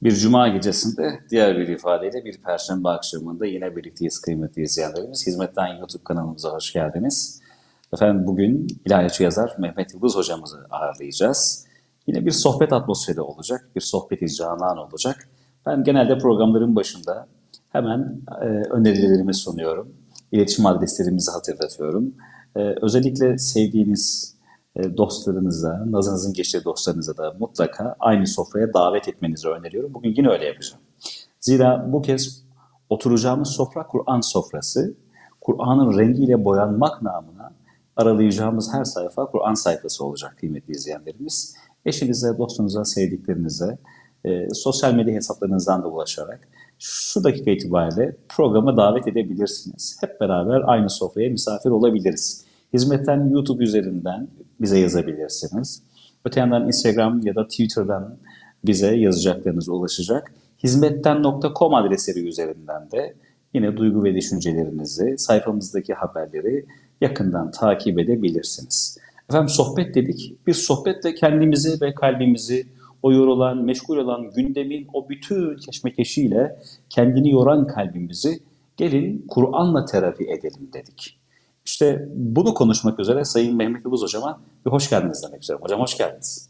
Bir cuma gecesinde diğer bir ifadeyle bir perşembe akşamında yine birlikteyiz kıymetli izleyenlerimiz. Hizmetten YouTube kanalımıza hoş geldiniz. Efendim bugün ilahiyatçı yazar Mehmet Yıldız hocamızı ağırlayacağız. Yine bir sohbet atmosferi olacak, bir sohbet-i canan olacak. Ben genelde programların başında hemen önerilerimi sunuyorum. İletişim adreslerimizi hatırlatıyorum. Özellikle sevdiğiniz dostlarınıza, nazınızın geçtiği dostlarınıza da mutlaka aynı sofraya davet etmenizi öneriyorum. Bugün yine öyle yapacağım. Zira bu kez oturacağımız sofra Kur'an sofrası. Kur'an'ın rengiyle boyanmak namına aralayacağımız her sayfa Kur'an sayfası olacak kıymetli izleyenlerimiz. Eşinize, dostunuza, sevdiklerinize, sosyal medya hesaplarınızdan da ulaşarak şu dakika itibariyle programa davet edebilirsiniz. Hep beraber aynı sofraya misafir olabiliriz. Hizmetten YouTube üzerinden bize yazabilirsiniz. Öte yandan Instagram ya da Twitter'dan bize yazacaklarınız ulaşacak. Hizmetten.com adresleri üzerinden de yine duygu ve düşüncelerinizi, sayfamızdaki haberleri yakından takip edebilirsiniz. Efendim sohbet dedik. Bir sohbetle kendimizi ve kalbimizi o yorulan, meşgul olan gündemin o bütün keşmekeşiyle kendini yoran kalbimizi gelin Kur'an'la terapi edelim dedik. İşte bunu konuşmak üzere Sayın Mehmet Yıldız Hocama bir hoş geldiniz demek üzere. Hocam hoş geldiniz.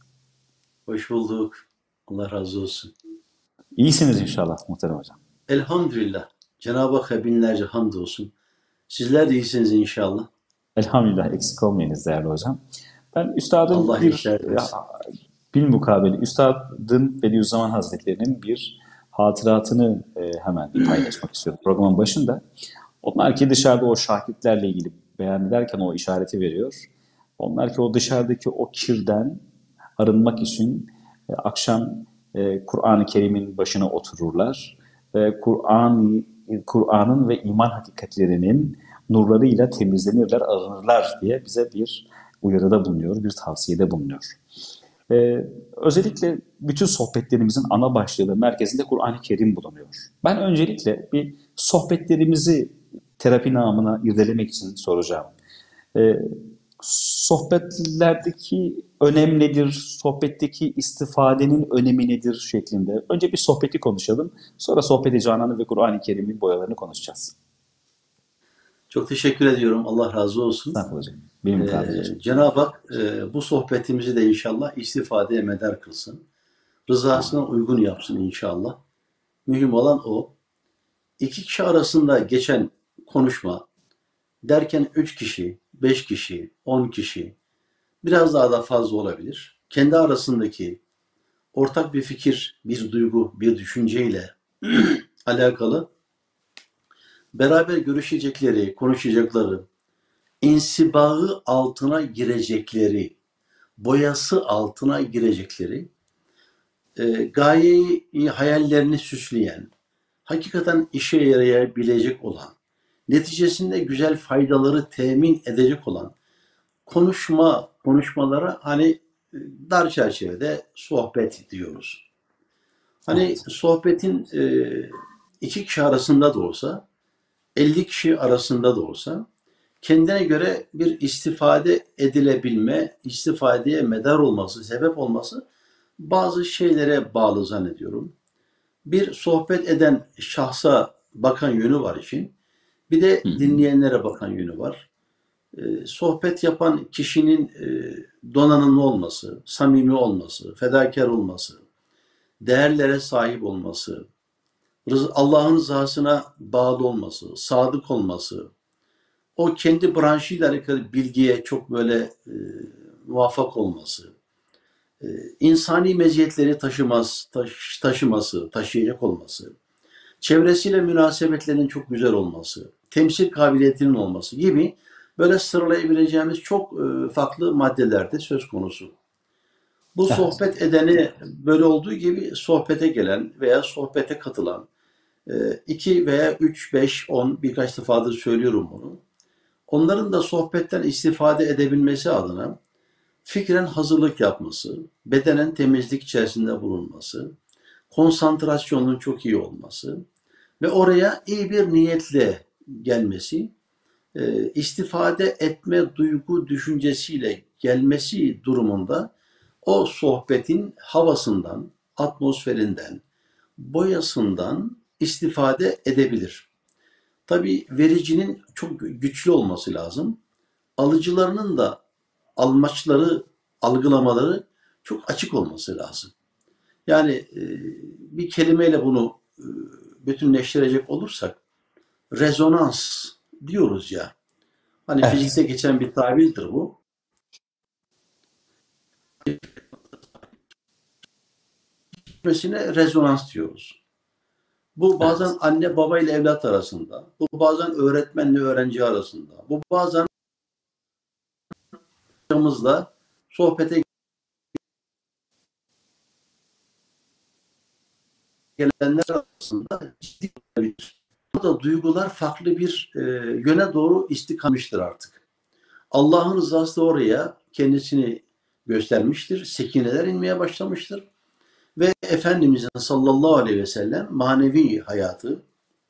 Hoş bulduk. Allah razı olsun. İyisiniz inşallah muhterem hocam. Elhamdülillah. Cenab-ı Hakk'a binlerce hamd olsun. Sizler de iyisiniz inşallah. Elhamdülillah eksik olmayınız değerli hocam. Ben üstadın Allah iyilikler versin. bilmukabele Üstadın Bediüzzaman Hazretleri'nin bir hatıratını hemen paylaşmak istiyorum programın başında. Onlar ki dışarıda o şahitlerle ilgili beyan ederken o işareti veriyor. Onlar ki o dışarıdaki o kirden arınmak için akşam Kur'an-ı Kerim'in başına otururlar ve Kur'an'ın ve iman hakikatlerinin nurlarıyla temizlenirler, arınırlar diye bize bir uyarıda bulunuyor, bir tavsiyede bulunuyor. Özellikle bütün sohbetlerimizin ana başlığı merkezinde Kur'an-ı Kerim bulunuyor. Ben öncelikle bir sohbetlerimizi terapi namına irdelemek için soracağım. Sohbetlerdeki önem nedir, sohbetteki istifadenin önemi nedir şeklinde. Önce bir sohbeti konuşalım, sonra sohbeti Canan'ı ve Kur'an-ı Kerim'in boyalarını konuşacağız. Çok teşekkür ediyorum. Allah razı olsun. Sağ olun hocam. Benim hocam. Cenab-ı Hak bu sohbetimizi de inşallah istifadeye medar kılsın. Rızasına uygun yapsın inşallah. Mühim olan o. İki kişi arasında geçen konuşma derken 3 kişi, 5 kişi, 10 kişi biraz daha da fazla olabilir. Kendi arasındaki ortak bir fikir, bir duygu, bir düşünceyle alakalı beraber görüşecekleri, konuşacakları, insibağı altına girecekleri, boyası altına girecekleri, gayeyi, hayallerini süsleyen, hakikaten işe yarayabilecek olan, neticesinde güzel faydaları temin edecek olan konuşmalara hani dar çerçevede sohbet diyoruz. Hani evet. Sohbetin 2 kişi arasında da olsa, 50 kişi arasında da olsa kendine göre bir istifade edilebilme, istifadeye medar olması, sebep olması bazı şeylere bağlı zannediyorum. Bir sohbet eden şahsa bakan yönü var için, bir de dinleyenlere bakan yönü var. Sohbet yapan kişinin donanımlı olması, samimi olması, fedakar olması, değerlere sahip olması, Allah'ın rızasına bağlı olması, sadık olması, o kendi branşıyla alakalı bilgiye çok böyle muvaffak olması, insani meziyetleri taşıması, taşıyacak olması, çevresiyle münasebetlerinin çok güzel olması, temsil kabiliyetinin olması gibi böyle sıralayabileceğimiz çok farklı maddelerde söz konusu. Bu evet. Sohbet edeni böyle olduğu gibi sohbete gelen veya sohbete katılan 2 veya 3, 5, 10 birkaç defadır söylüyorum bunu. Onların da sohbetten istifade edebilmesi adına fikren hazırlık yapması, bedenen temizlik içerisinde bulunması, konsantrasyonun çok iyi olması ve oraya iyi bir niyetle gelmesi, istifade etme duygu düşüncesiyle gelmesi durumunda o sohbetin havasından, atmosferinden, boyasından istifade edebilir. Tabii vericinin çok güçlü olması lazım. Alıcılarının da almaçları, algılamaları çok açık olması lazım. Yani bir kelimeyle bunu bütünleştirecek olursak rezonans diyoruz ya. Hani fizikte Evet. geçen bir tabirdir bu. Gitmesine rezonans diyoruz. Bu bazen Evet. anne baba ile evlat arasında, bu bazen öğretmenle öğrenci arasında, bu bazen hocamızla sohbete gelenler arasında ciddi olabilir. Burada duygular farklı bir yöne doğru istikamiştir artık. Allah'ın rızası da oraya kendisini göstermiştir. Sekineler inmeye başlamıştır. Ve Efendimizin sallallahu aleyhi ve sellem manevi hayatı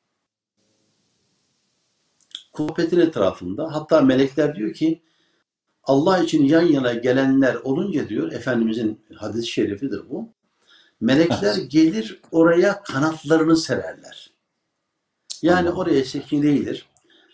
sohbetin etrafında, hatta melekler diyor ki Allah için yan yana gelenler olunca diyor, Efendimizin hadis-i şerifidir bu. Melekler Evet. gelir oraya kanatlarını sererler. Yani Allah Allah. oraya sekineyidir.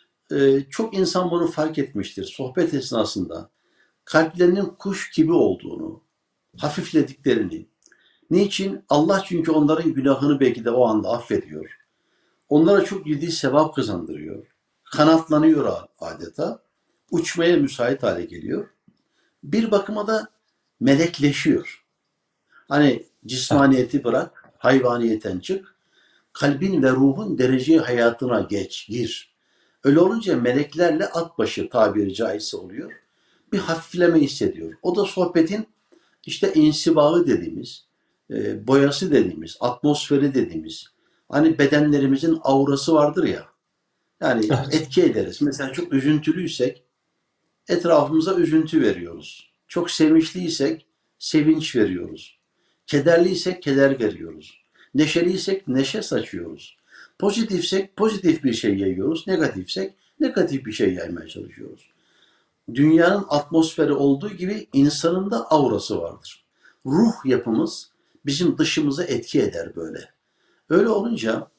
Çok insan bunu fark etmiştir sohbet esnasında. Kalplerinin kuş gibi olduğunu, hafiflediklerini. Niçin? Allah çünkü onların günahını belki de o anda affediyor. Onlara çok ciddi sevap kazandırıyor. Kanatlanıyor adeta. Uçmaya müsait hale geliyor. Bir bakıma da melekleşiyor. Hani Evet. cismaniyeti bırak, hayvaniyetten çık, kalbin ve ruhun derece hayatına geç, gir. Öyle olunca meleklerle at başı tabiri caizse oluyor. Bir hafifleme hissediyor. O da sohbetin işte insibağı dediğimiz, boyası dediğimiz, atmosferi dediğimiz, hani bedenlerimizin aurası vardır ya, yani Evet. etki ederiz. Mesela çok üzüntülüysek etrafımıza üzüntü veriyoruz. Çok sevinçliysek sevinç veriyoruz. Kederliysek keder veriyoruz. Neşeliysek neşe saçıyoruz. Pozitifsek pozitif bir şey yayıyoruz. Negatifsek negatif bir şey yaymaya çalışıyoruz. Dünyanın atmosferi olduğu gibi insanın da aurası vardır. Ruh yapımız bizim dışımıza etki eder böyle. Öyle olunca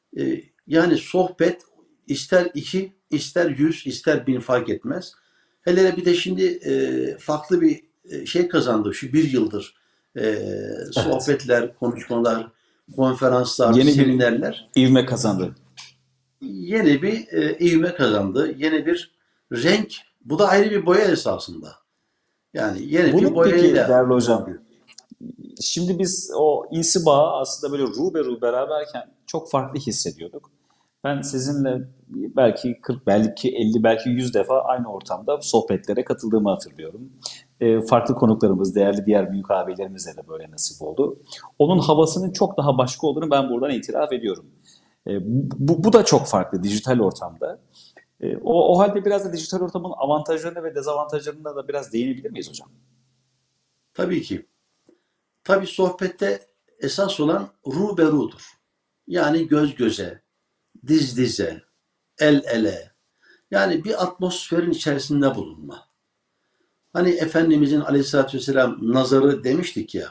yani sohbet ister iki, ister yüz, ister bin fark etmez. Hele bir de şimdi farklı bir şey kazandı şu bir yıldır. Evet. Sohbetler, konuşmalar, konferanslar, Yeni bir seminerler ivme kazandı. yeni bir ivme kazandı. Yeni bir renk. Bu da ayrı bir boya esasında. Yani yeni bir Bunun peki boyayla değerli hocam, yapıyor. şimdi biz o insibağı aslında böyle ruberu beraberken çok farklı hissediyorduk. Ben sizinle belki 40, belki 50, belki 100 defa aynı ortamda sohbetlere katıldığımı hatırlıyorum. Farklı konuklarımız, değerli diğer büyük abilerimizle de böyle nasip oldu. Onun havasının çok daha başka olduğunu ben buradan itiraf ediyorum. Bu da çok farklı dijital ortamda. O halde biraz da dijital ortamın avantajlarına ve dezavantajlarına da biraz değinebilir miyiz hocam? Tabii ki. Tabii sohbette esas olan ruberudur. Yani göz göze, diz dize, el ele. Yani bir atmosferin içerisinde bulunma. Hani Efendimizin aleyhissalatü vesselam nazarı demiştik ya,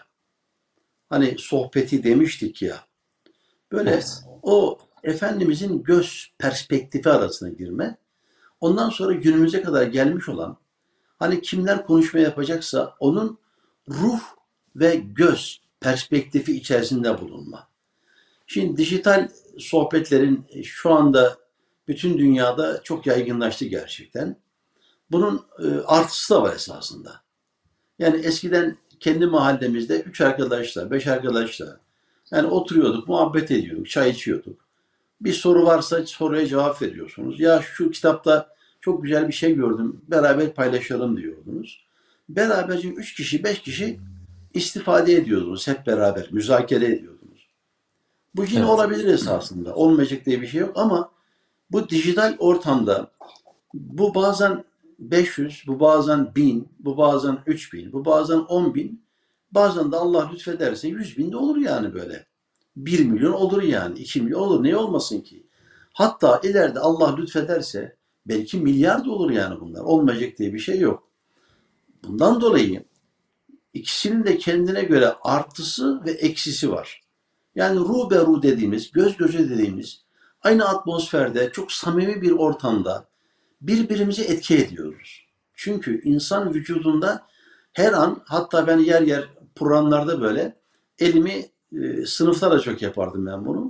hani sohbeti demiştik ya, böyle Evet. o Efendimizin göz perspektifi arasına girme, ondan sonra günümüze kadar gelmiş olan, hani kimler konuşma yapacaksa onun ruh ve göz perspektifi içerisinde bulunma. Şimdi dijital sohbetlerin şu anda bütün dünyada çok yaygınlaştı gerçekten. Bunun artısı da var esasında. Yani eskiden kendi mahallemizde 3 arkadaşla, 5 arkadaşla yani oturuyorduk, muhabbet ediyorduk, çay içiyorduk. Bir soru varsa soruya cevap veriyorsunuz. Ya şu kitapta çok güzel bir şey gördüm, beraber paylaşalım diyordunuz. Beraberce 3 kişi, 5 kişi istifade ediyordunuz hep beraber, müzakere ediyordunuz. Bu yine Evet. olabilir esasında. Olmayacak diye bir şey yok ama bu dijital ortamda bu bazen 500, bu bazen 1000, bu bazen 3000, bu bazen 10.000, bazen de Allah lütfederse 100.000 de olur yani böyle. 1 milyon olur yani, 2 milyon olur. Ne olmasın ki? Hatta ileride Allah lütfederse belki milyar da olur yani bunlar. Olmayacak diye bir şey yok. Bundan dolayı ikisinin de kendine göre artısı ve eksisi var. Yani ruberu dediğimiz, göz göze dediğimiz aynı atmosferde çok samimi bir ortamda birbirimizi etki ediyoruz. Çünkü insan vücudunda her an, hatta ben yer yer programlarda böyle elimi sınıfta da çok yapardım ben bunu.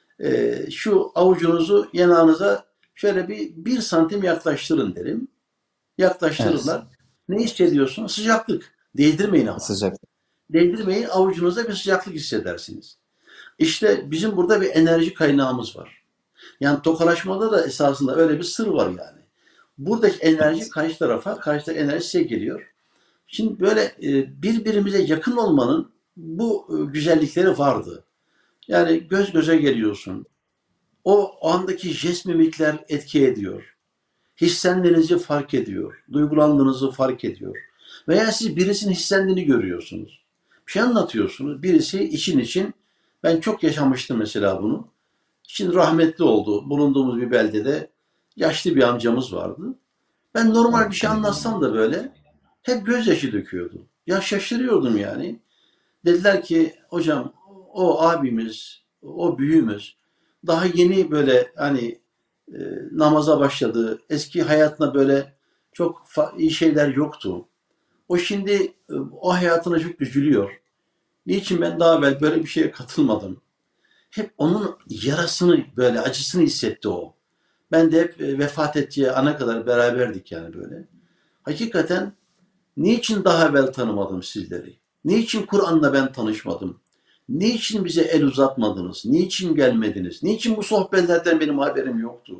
Şu avucunuzu yanağınıza şöyle bir santim yaklaştırın derim. Evet. Yaklaştırırlar. Ne hissediyorsun? Sıcaklık. Değdirmeyin ama. Sıcak. Değdirmeyin, avucunuza bir sıcaklık hissedersiniz. İşte bizim burada bir enerji kaynağımız var. Yani tokalaşmada da esasında öyle bir sır var yani. Buradaki enerji Evet. karşı tarafa, karşıdaki enerji size geliyor. Şimdi böyle birbirimize yakın olmanın bu güzellikleri vardı. Yani göz göze geliyorsun. O andaki jest mimikler etki ediyor. Hislendiğinizi fark ediyor. Duygulandığınızı fark ediyor. Veya siz birisinin hislendiğini görüyorsunuz. Bir şey anlatıyorsunuz. Birisi için ben çok yaşamıştım mesela bunu. Şimdi rahmetli oldu. Bulunduğumuz bir beldede yaşlı bir amcamız vardı. Ben normal bir Allah şey gani gani. anlatsam da böyle hep gözyaşı döküyordu. Ya şaşırıyordum yani. Dediler ki hocam o abimiz, o büyüğümüz daha yeni böyle hani e, namaza başladı. Eski hayatına böyle çok iyi şeyler yoktu. O şimdi o hayatına çok üzülüyor. Niçin ben daha evvel böyle bir şeye katılmadım? Hep onun yarasını böyle acısını hissetti o. Ben de hep vefat edeceği ana kadar beraberdik yani böyle. Hakikaten niçin daha evvel tanımadım sizleri? Niçin Kur'an'la ben tanışmadım? Niçin bize el uzatmadınız? Niçin gelmediniz? Niçin bu sohbetlerden benim haberim yoktu?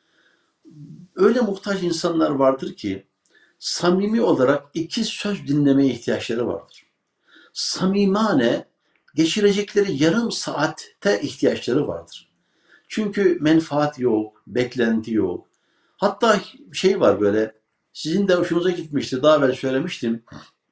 Öyle muhtaç insanlar vardır ki samimi olarak iki söz dinlemeye ihtiyaçları vardır. Samimane geçirecekleri yarım saatte ihtiyaçları vardır. Çünkü menfaat yok, beklenti yok. Hatta şey var böyle, sizin de hoşunuza gitmişti, daha evvel söylemiştim.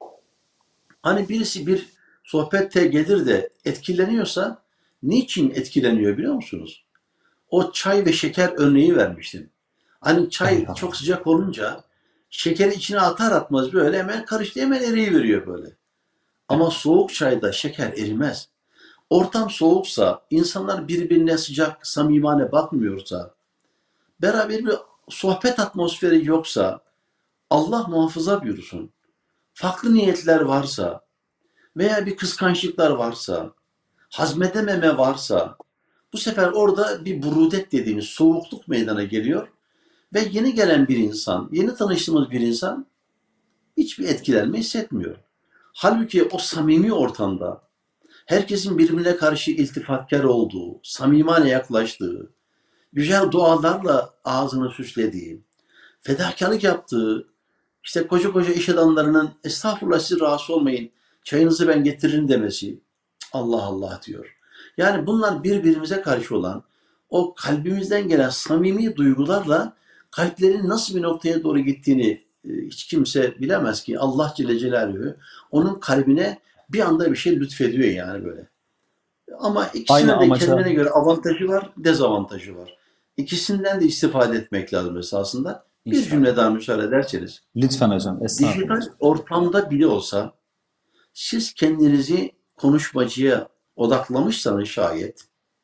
Hani birisi bir sohbette gelir de etkileniyorsa, niçin etkileniyor biliyor musunuz? O çay ve şeker örneği vermiştim. Hani çay çok Eyvallah. sıcak olunca şekeri içine atar atmaz böyle hemen karıştı, hemen eriyiveriyor böyle. Ama Evet. soğuk çayda şeker erimez. Ortam soğuksa, insanlar birbirine sıcak, samimane bakmıyorsa, beraber bir sohbet atmosferi yoksa, Allah muhafaza buyursun. Farklı niyetler varsa veya bir kıskançlıklar varsa, hazmedememe varsa, bu sefer orada bir burudet dediğimiz soğukluk meydana geliyor ve yeni gelen bir insan, yeni tanıştığımız bir insan hiçbir etkilenme hissetmiyor. Halbuki o samimi ortamda herkesin birbirine karşı iltifatkar olduğu, samimane yaklaştığı, güzel dualarla ağzını süslediği, fedakarlık yaptığı, işte koca koca iş adamlarının estağfurullah siz rahatsız olmayın, çayınızı ben getiririm demesi, Allah Allah diyor. Yani bunlar birbirimize karşı olan o kalbimizden gelen samimi duygularla kalplerin nasıl bir noktaya doğru gittiğini hiç kimse bilemez ki Allah Celle Celaluhu onun kalbine bir anda bir şey lütfediyor yani böyle. Ama Aynı ikisine de amaca kendine göre avantajı var, dezavantajı var. İkisinden de istifade etmek lazım esasında. Bir inşallah. cümle daha müsaade ederseniz. Lütfen hocam. Estağfurullah Dijital hocam. ortamda bile olsa siz kendinizi konuşmacıya odaklamışsanız şayet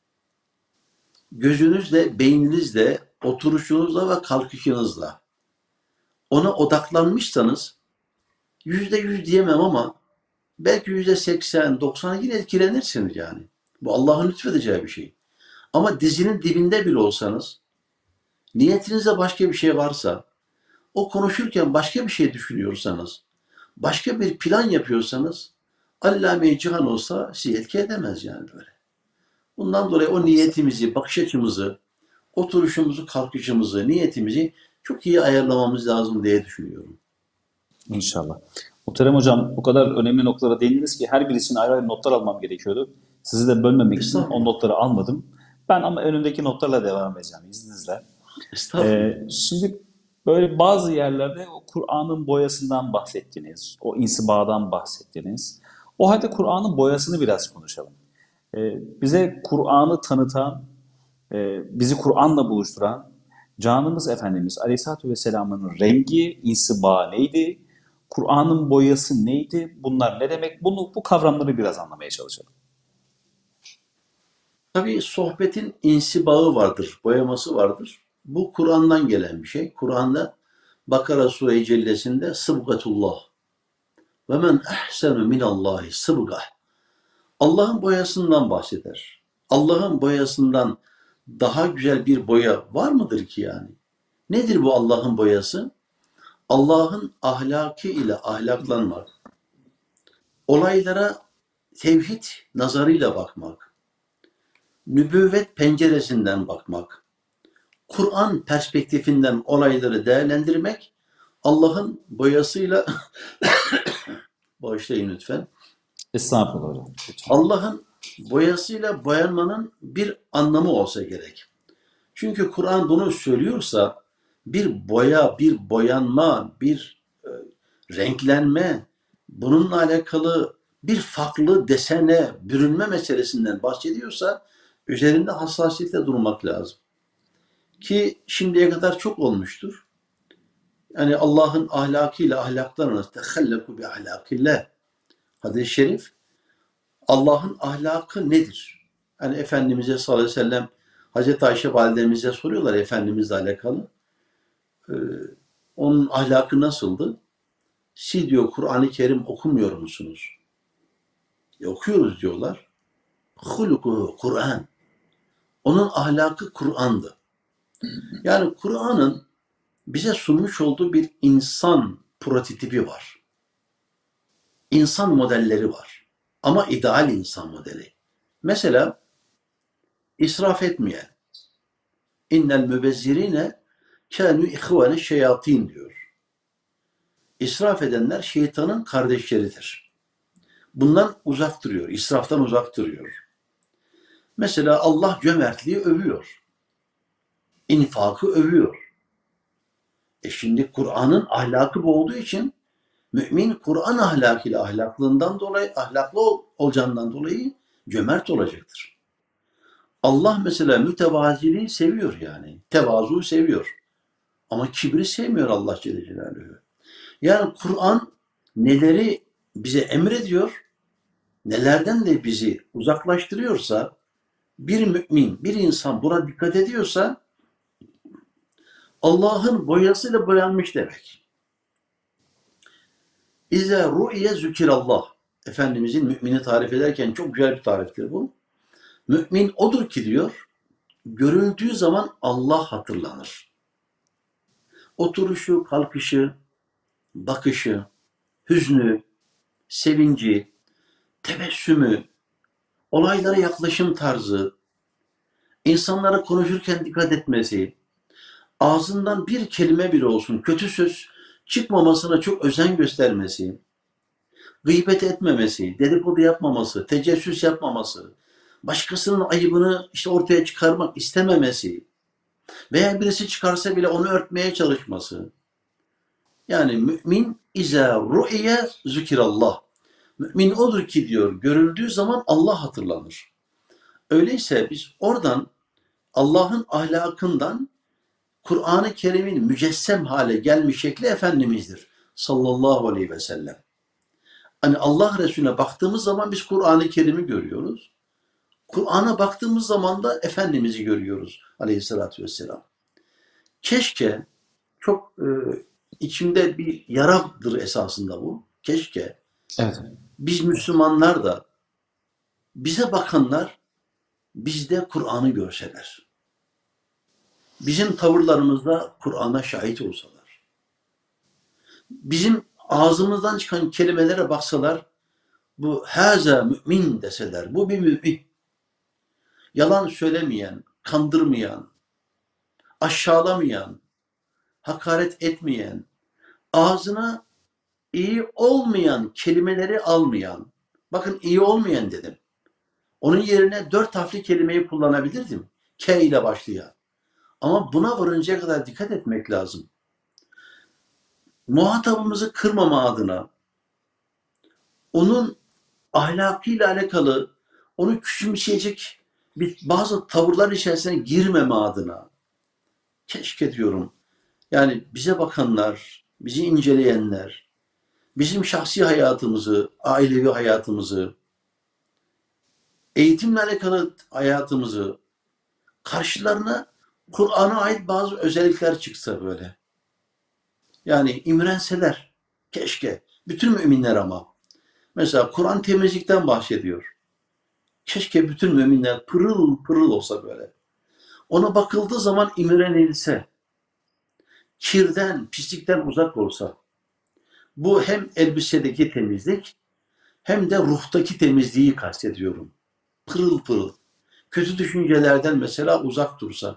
gözünüzle, beyninizle, oturuşunuzla ve kalkışınızla ona odaklanmışsanız %100 diyemem ama belki %80, 90 yine etkilenirsiniz yani. Bu Allah'ın lütfedeceği bir şey. Ama dizinin dibinde bile olsanız, niyetinizde başka bir şey varsa, o konuşurken başka bir şey düşünüyorsanız, başka bir plan yapıyorsanız, Allame-i Cihan olsa sizi etki edemez yani böyle. Bundan dolayı o Maalesef. niyetimizi, bakış açımızı, oturuşumuzu, kalkışımızı, niyetimizi çok iyi ayarlamamız lazım diye düşünüyorum. İnşallah. Muhterem hocam, o kadar önemli noktalara değindiniz ki her birisinin ayrı ayrı notlar almam gerekiyordu. Sizi de bölmemek için o Estağfurullah. notları almadım. Ben ama önümdeki notlarla devam edeceğim izninizle. Estağfurullah. Şimdi böyle bazı yerlerde o Kur'an'ın boyasından bahsettiniz, o insibadan bahsettiniz. O halde Kur'an'ın boyasını biraz konuşalım. Bize Kur'an'ı tanıtan, bizi Kur'an'la buluşturan canımız Efendimiz Aleyhisselatü Vesselam'ın rengi, insiba neydi? Kur'an'ın boyası neydi? Bunlar ne demek? Bu kavramları biraz anlamaya çalışalım. Tabii sohbetin insibağı vardır, boyaması vardır. Bu Kur'an'dan gelen bir şey. Kur'an'da Bakara Sure-i Cellesi'nde sıbgatullah ve men ehsenu minallahi sıbgah. Allah'ın boyasından bahseder. Allah'ın boyasından daha güzel bir boya var mıdır ki yani? Nedir bu Allah'ın boyası? Allah'ın ahlakı ile ahlaklanmak, olaylara tevhid nazarıyla bakmak, nübüvvet penceresinden bakmak, Kur'an perspektifinden olayları değerlendirmek, Allah'ın boyasıyla, bağışlayın lütfen, Estağfurullah hocam. Lütfen. Allah'ın boyasıyla boyanmanın bir anlamı olsa gerek. Çünkü Kur'an bunu söylüyorsa bir boya, bir boyanma, bir renklenme, bununla alakalı bir farklı desene bürünme meselesinden bahsediyorsa üzerinde hassasiyetle durmak lazım. Ki şimdiye kadar çok olmuştur. Yani Allah'ın ahlakıyla ahlaklarınız tehallaku bi ahlakillah. Hadis-i şerif Allah'ın ahlakı nedir? Yani Efendimiz'e sallallahu aleyhi ve sellem Hazreti Ayşe validemize soruyorlar Efendimiz'le alakalı. Onun ahlakı nasıldı? Siz diyor Kur'an-ı Kerim okumuyor musunuz? Okuyoruz diyorlar. Hulukuhu Kur'an. Onun ahlakı Kur'an'dı. Yani Kur'an'ın bize sunmuş olduğu bir insan prototipi var. İnsan modelleri var. Ama ideal insan modeli. Mesela israf etmeyen. İnnel mübezzirine kânü ihvâne şeyatîn diyor. İsraf edenler şeytanın kardeşleridir. Bundan uzak duruyor, israftan uzak duruyor. Mesela Allah cömertliği övüyor. İnfakı övüyor. Şimdi Kur'an'ın ahlakı bu olduğu için mümin Kur'an ahlakıyla ahlaklığından dolayı, ahlaklı olacağından dolayı cömert olacaktır. Allah mesela mütevaziliği seviyor yani. Tevazuyu seviyor. Ama kibri sevmiyor Allah Celle Celaluhu. Yani Kur'an neleri bize emrediyor, nelerden de bizi uzaklaştırıyorsa, bir mümin, bir insan buna dikkat ediyorsa Allah'ın boyasıyla boyanmış demek. İze ru'iye zükirallah. Efendimizin mümini tarif ederken çok güzel bir tariftir bu. Mümin odur ki diyor, görüldüğü zaman Allah hatırlanır. Oturuşu, kalkışı, bakışı, hüznü, sevinci, tebessümü, olaylara yaklaşım tarzı, insanlara konuşurken dikkat etmesi, ağzından bir kelime bile olsun kötü söz çıkmamasına çok özen göstermesi, gıybet etmemesi, dedikodu yapmaması, tecessüs yapmaması, başkasının ayıbını işte ortaya çıkarmak istememesi veya birisi çıkarsa bile onu örtmeye çalışması. Yani mümin izâ ru'iye zükirallah. Mümin odur ki diyor, görüldüğü zaman Allah hatırlanır. Öyleyse biz oradan Allah'ın ahlakından Kur'an-ı Kerim'in mücessem hale gelmiş şekli Efendimiz'dir. Sallallahu aleyhi ve sellem. Hani Allah Resulüne baktığımız zaman biz Kur'an-ı Kerim'i görüyoruz. Kur'an'a baktığımız zaman da Efendimiz'i görüyoruz aleyhissalatü vesselam. Keşke, çok içimde bir yaradır esasında bu. Keşke Evet. biz Müslümanlar da bize bakanlar bizde Kur'an'ı görseler. Bizim tavırlarımızda Kur'an'a şahit olsalar. Bizim ağzımızdan çıkan kelimelere baksalar, bu haza mümin deseler, bu bir mümin. Yalan söylemeyen, kandırmayan, aşağılamayan, hakaret etmeyen, ağzına iyi olmayan kelimeleri almayan, bakın iyi olmayan dedim. Onun yerine 4 harfli kelimeyi kullanabilirdim. K ile başlayan. Ama buna varıncaya kadar dikkat etmek lazım. Muhatabımızı kırmama adına, onun ahlakıyla alakalı, onu küçümseyecek bazı tavırlar içerisine girmeme adına, keşke diyorum, yani bize bakanlar, bizi inceleyenler, bizim şahsi hayatımızı, ailevi hayatımızı, eğitimle alakalı hayatımızı karşılarına Kur'an'a ait bazı özellikler çıksa böyle. Yani imrenseler. Keşke. Bütün müminler ama. Mesela Kur'an temizlikten bahsediyor. Keşke bütün müminler pırıl pırıl olsa böyle. Ona bakıldığı zaman imrenilse, kirden, pislikten uzak olsa. Bu hem elbisedeki temizlik hem de ruhtaki temizliği kastediyorum. Pırıl pırıl. Kötü düşüncelerden mesela uzak dursa.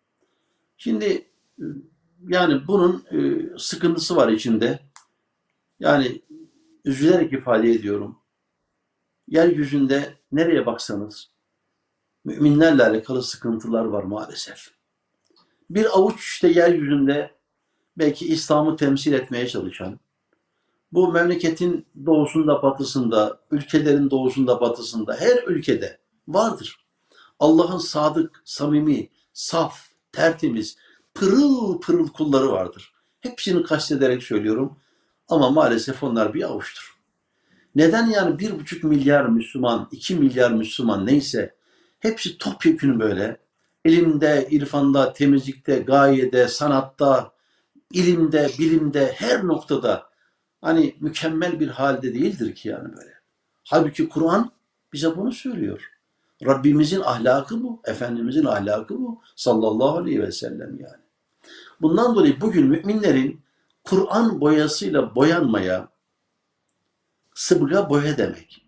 Şimdi yani bunun sıkıntısı var içinde. Yani üzülerek ifade ediyorum. Yeryüzünde nereye baksanız müminlerle alakalı sıkıntılar var maalesef. Bir avuç işte yeryüzünde belki İslam'ı temsil etmeye çalışan, bu memleketin doğusunda, batısında, ülkelerin doğusunda, batısında, her ülkede vardır. Allah'ın sadık, samimi, saf, tertemiz, pırıl pırıl kulları vardır. Hepsini kastederek söylüyorum ama maalesef onlar bir avuçtur. Neden yani 1,5 milyar Müslüman, 2 milyar Müslüman neyse hepsi topyekün böyle ilimde, irfanda, temizlikte, gayede, sanatta, ilimde, bilimde, her noktada hani mükemmel bir halde değildir ki yani böyle. Halbuki Kur'an bize bunu söylüyor. Rabbimizin ahlakı bu, Efendimizin ahlakı bu sallallahu aleyhi ve sellem yani. Bundan dolayı bugün müminlerin Kur'an boyasıyla boyanmaya, sıbga boya demek.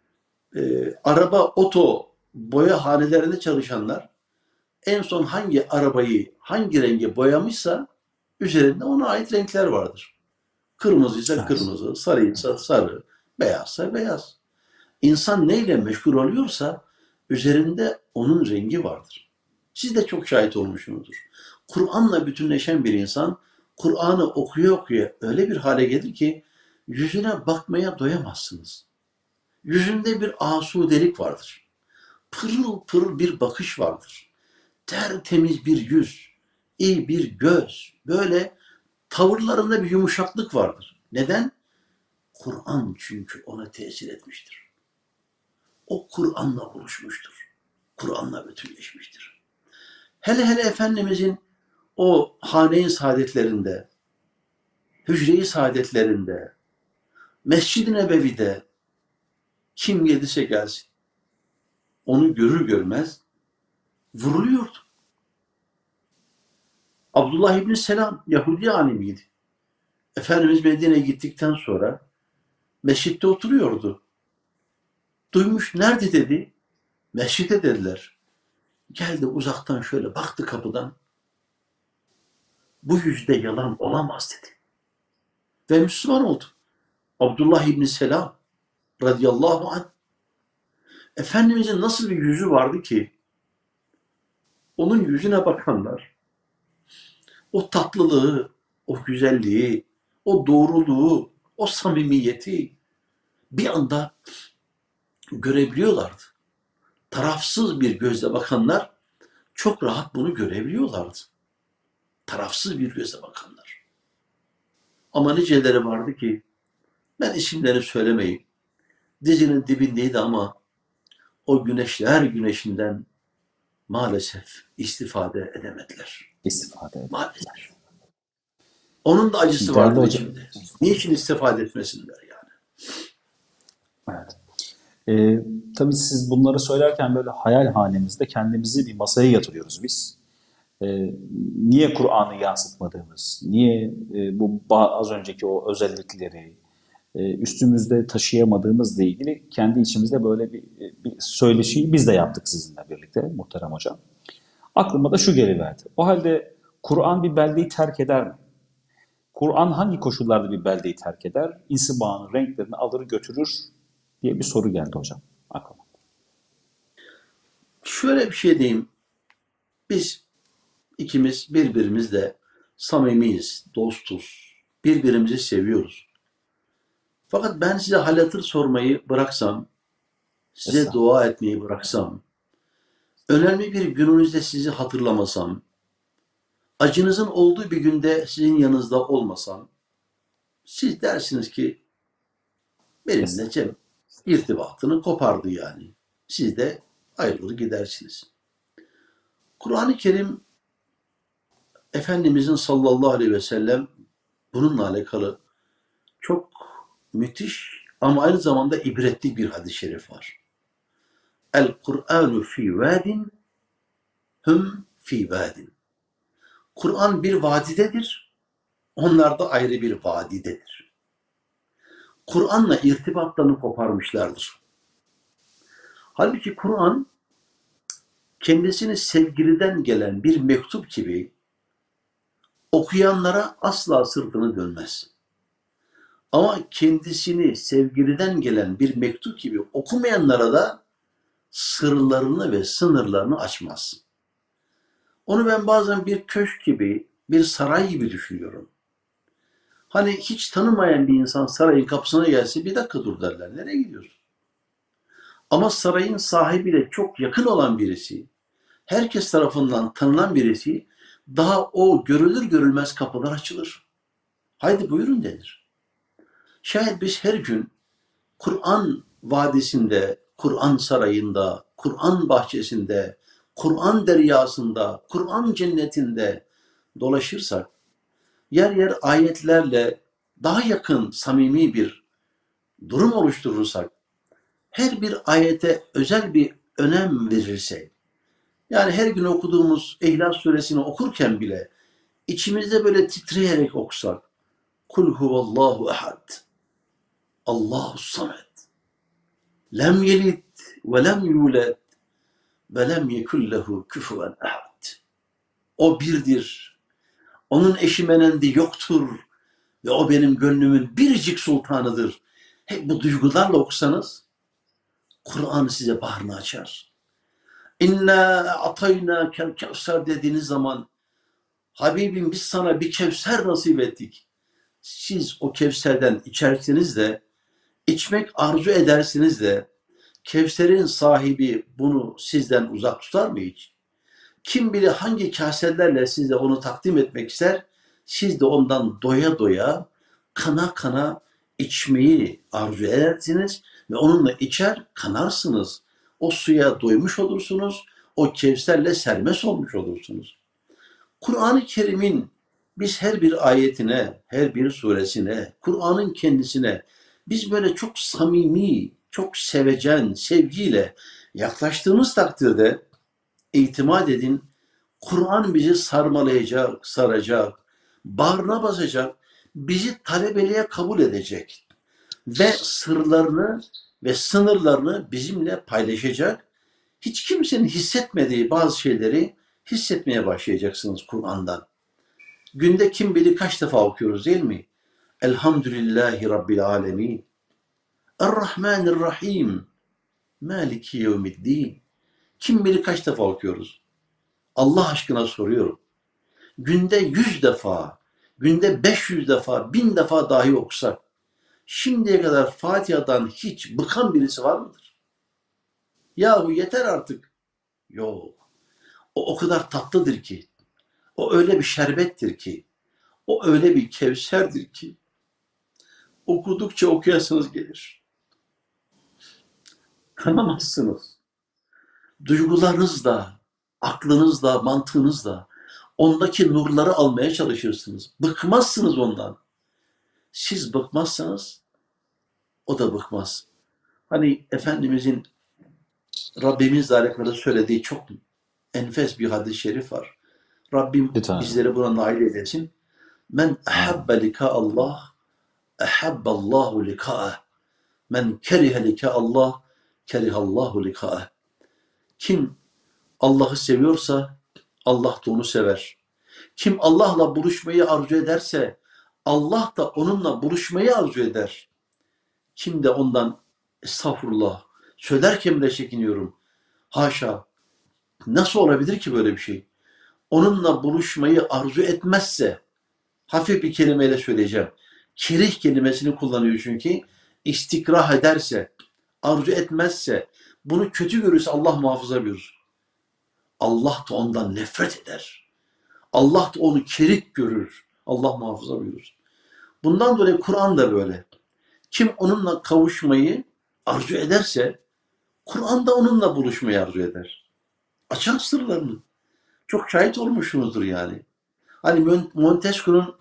Araba, oto boya hanelerinde çalışanlar en son hangi arabayı hangi renge boyamışsa üzerinde ona ait renkler vardır. Kırmızıysa Evet. kırmızı, sarıysa sarı, beyazsa beyaz. İnsan neyle meşgul oluyorsa üzerinde onun rengi vardır. Siz de çok şahit olmuşsunuzdur. Kur'an'la bütünleşen bir insan Kur'an'ı okuya okuya öyle bir hale gelir ki yüzüne bakmaya doyamazsınız. Yüzünde bir asudelik vardır. Pırıl pırıl bir bakış vardır. Tertemiz bir yüz, iyi bir göz, böyle tavırlarında bir yumuşaklık vardır. Neden? Kur'an çünkü ona tesir etmiştir. O Kur'an'la buluşmuştur. Kur'an'la bütünleşmiştir. Hele hele Efendimizin o hane-i saadetlerinde, hücre-i saadetlerinde, Mescid-i Nebevi'de kim gelirse gelsin, onu görür görmez vuruluyordu. Abdullah İbni Selam Yahudi alimiydi. Efendimiz Medine'ye gittikten sonra mescitte oturuyordu. Duymuş nerede dedi. Mescide dediler. Geldi uzaktan şöyle baktı kapıdan. Bu yüzde yalan olamaz dedi. Ve Müslüman oldu. Abdullah İbni Selam radıyallahu anh. Efendimizin nasıl bir yüzü vardı ki onun yüzüne bakanlar o tatlılığı, o güzelliği, o doğruluğu, o samimiyeti bir anda görebiliyorlardı. Tarafsız bir gözle bakanlar çok rahat bunu görebiliyorlardı. Tarafsız bir gözle bakanlar. Ama niceleri vardı ki ben isimlerini söylemeyeyim. Dizinin dibindeydi ama o güneşler güneşinden maalesef istifade edemediler. İstifade edin. Maalesef. Onun da acısı Değerli vardır hocam. içinde. Niçin istifade etmesinler yani? Evet. Tabii siz bunları söylerken böyle hayal hanemizde kendimizi bir masaya yatırıyoruz biz. Niye Kur'an'ı yansıtmadığımız, niye az önceki o özellikleri üstümüzde taşıyamadığımızla ilgili kendi içimizde böyle bir söyleşiyi biz de yaptık sizinle birlikte muhterem hocam. Aklıma da şu geliverdi. O halde Kur'an bir beldeyi terk eder mi? Kur'an hangi koşullarda bir beldeyi terk eder? İnsibanın renklerini alır götürür diye bir soru geldi hocam aklıma. Şöyle bir şey diyeyim. Biz ikimiz birbirimizle samimiyiz, dostuz. Birbirimizi seviyoruz. Fakat ben size hal hatır sormayı bıraksam, size Estağfurullah. dua etmeyi bıraksam, önemli bir gününüzde sizi hatırlamasam, acınızın olduğu bir günde sizin yanınızda olmasam, siz dersiniz ki benimle Estağfurullah. Cem irtibatını kopardı yani. Siz de ayrılır gidersiniz. Kur'an-ı Kerim Efendimizin sallallahu aleyhi ve sellem bununla alakalı çok müthiş ama aynı zamanda ibretli bir hadis-i şerif var. El Kur'anu fi vadin hum fi vadin. Kur'an bir vadidedir. Onlar da ayrı bir vadidedir. Kur'an'la irtibatlarını koparmışlardır. Halbuki Kur'an kendisini sevgiliden gelen bir mektup gibi okuyanlara asla sırtını dönmez. Ama kendisini sevgiliden gelen bir mektup gibi okumayanlara da sırlarını ve sınırlarını açmaz. Onu ben bazen bir köşk gibi, bir saray gibi düşünüyorum. Hani hiç tanımayan bir insan sarayın kapısına gelse bir dakika dur derler. Nereye gidiyorsun? Ama sarayın sahibiyle çok yakın olan birisi, herkes tarafından tanınan birisi, daha o görülür görülmez kapılar açılır. Haydi buyurun denir. Şayet biz her gün Kur'an vadisinde, Kur'an sarayında, Kur'an bahçesinde, Kur'an deryasında, Kur'an cennetinde dolaşırsak, yer yer ayetlerle daha yakın, samimi bir durum oluşturursak, her bir ayete özel bir önem verirsek, yani her gün okuduğumuz İhlas Suresini okurken bile içimizde böyle titreyerek okusak, Kul huvallahu ehad, Allahu samed, lem yelid ve lem yulad ve lem yekun lehu küfüven ehad. O birdir, onun eşi menendi yoktur ve o benim gönlümün biricik sultanıdır. Hep bu duygularla okusanız, Kur'an size bahrını açar. İnna atayna kel kevser dediğiniz zaman, Habibim biz sana bir kevser nasip ettik. Siz o kevserden içersiniz de, içmek arzu edersiniz de, kevserin sahibi bunu sizden uzak tutar mı hiç? Kim bilir hangi kaselerle size onu takdim etmek ister, siz de ondan doya doya, kana kana içmeyi arzu edersiniz ve onunla içer kanarsınız. O suya doymuş olursunuz, o kevserle sermest olmuş olursunuz. Kur'an-ı Kerim'in biz her bir ayetine, her bir suresine, Kur'an'ın kendisine biz böyle çok samimi, çok sevecen, sevgiyle yaklaştığımız takdirde itimat edin, Kur'an bizi sarmalayacak, saracak, bağrına basacak, bizi talebeliğe kabul edecek ve sırlarını ve sınırlarını bizimle paylaşacak. Hiç kimsenin hissetmediği bazı şeyleri hissetmeye başlayacaksınız Kur'an'dan. Günde kim bilir kaç defa okuyoruz değil mi? Elhamdülillahi Rabbil alemin. Errahmanirrahim. Maliki yevmiddin. Kim bilir kaç defa okuyoruz? Allah aşkına soruyorum. Günde 100 defa, günde 500 defa, 1000 defa dahi okusak, şimdiye kadar Fatiha'dan hiç bıkan birisi var mıdır? Yahu yeter artık. Yok. O kadar tatlıdır ki, o öyle bir şerbettir ki, o öyle bir kevserdir ki, okudukça okuyasınız gelir. Kanamazsınız. Duygularınızla, aklınızla, mantığınızla ondaki nurları almaya çalışırsınız. Bıkmazsınız ondan. Siz bıkmazsanız o da bıkmaz. Hani Efendimizin Rabbimizle alakalı söylediği çok enfes bir hadis-i şerif var. Rabbim Lütfen. bizleri buna nail eylesin. Men ahabbe lika Allah, ahabballahu lika'ah. Men kerihe lika Allah, kerihallahu lika'ah. Kim Allah'ı seviyorsa Allah da onu sever. Kim Allah'la buluşmayı arzu ederse Allah da onunla buluşmayı arzu eder. Kim de ondan estağfurullah söylerken bile çekiniyorum. Haşa. Nasıl olabilir ki böyle bir şey? Onunla buluşmayı arzu etmezse, hafif bir kelimeyle söyleyeceğim. Kerih kelimesini kullanıyor çünkü. İstikrah ederse, arzu etmezse, bunu kötü görürse Allah muhafaza buyursun. Allah da ondan nefret eder. Allah da onu kerih görür. Allah muhafaza buyursun. Bundan dolayı Kur'an da böyle. Kim onunla kavuşmayı arzu ederse, Kur'an'da onunla buluşmayı arzu eder. Açar sırlarını. Çok şahit olmuşsunuzdur yani. Hani Montesquieu'nun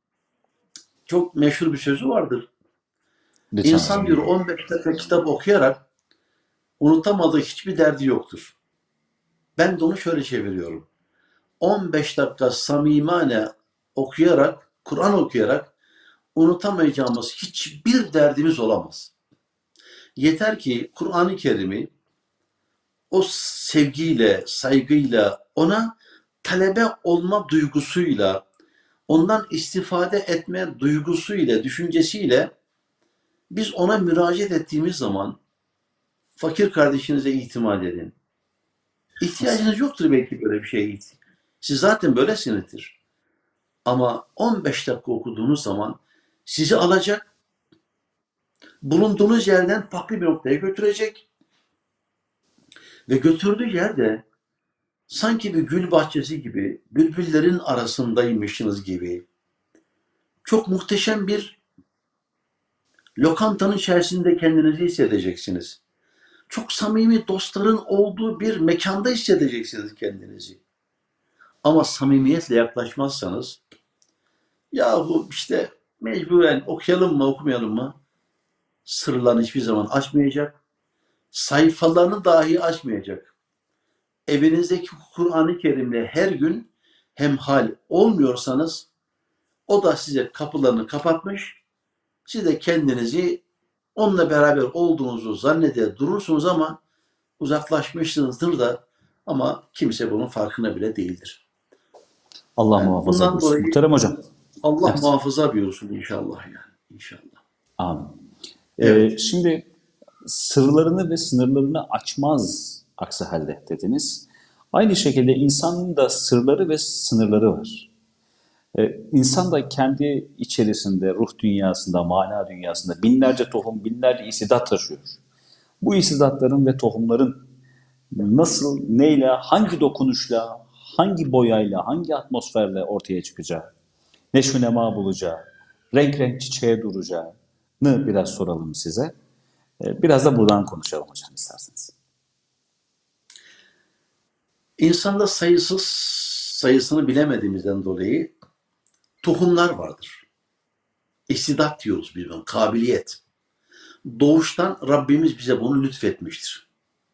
çok meşhur bir sözü vardır. Lütfen İnsan hocam. diyor 15 dakika kitap okuyarak unutamadığı hiçbir derdi yoktur. Ben de onu şöyle çeviriyorum. 15 dakika samimane okuyarak, Kur'an okuyarak unutamayacağımız hiçbir derdimiz olamaz. Yeter ki Kur'an-ı Kerim'i o sevgiyle, saygıyla, ona talebe olma duygusuyla, ondan istifade etme duygusuyla, düşüncesiyle biz ona müracaat ettiğimiz zaman fakir kardeşinize itimat edin. İhtiyacınız yoktur belki böyle bir şeye. Siz zaten böylesinizdir. Ama 15 dakika okuduğunuz zaman sizi alacak, bulunduğunuz yerden farklı bir noktaya götürecek ve götürdüğü yerde sanki bir gül bahçesi gibi, bülbüllerin arasındaymışsınız gibi çok muhteşem bir lokantanın içerisinde kendinizi hissedeceksiniz. Çok samimi dostların olduğu bir mekanda hissedeceksiniz kendinizi. Ama samimiyetle yaklaşmazsanız, yahu işte mecburen okuyalım mı okumayalım mı? Sırlarını hiçbir zaman açmayacak. Sayfalarını dahi açmayacak. Evinizdeki Kur'an-ı Kerim'le her gün hemhal olmuyorsanız o da size kapılarını kapatmış. Siz de kendinizi onunla beraber olduğunuzu zannede durursunuz ama uzaklaşmışsınızdır da ama kimse bunun farkına bile değildir. Allah Ben muhafaza bundan buyursun. dolayı Muhterem hocam. Allah Evet. muhafaza buyursun inşallah yani. İnşallah. Amin. Evet. Şimdi sırlarını ve sınırlarını açmaz aksi halde dediniz. Aynı şekilde insanın da sırları ve sınırları var. İnsan da kendi içerisinde, ruh dünyasında, mana dünyasında binlerce tohum, binlerce istidat taşıyor. Bu istidatların ve tohumların nasıl, neyle, hangi dokunuşla, hangi boyayla, hangi atmosferle ortaya çıkacağı, neşvi nema bulacağı, renk renk çiçeğe duracağını biraz soralım size. Biraz da buradan konuşalım hocam isterseniz. İnsanda sayısını bilemediğimizden dolayı tohumlar vardır. İstidat diyoruz biz buna, kabiliyet. Doğuştan Rabbimiz bize bunu lütfetmiştir.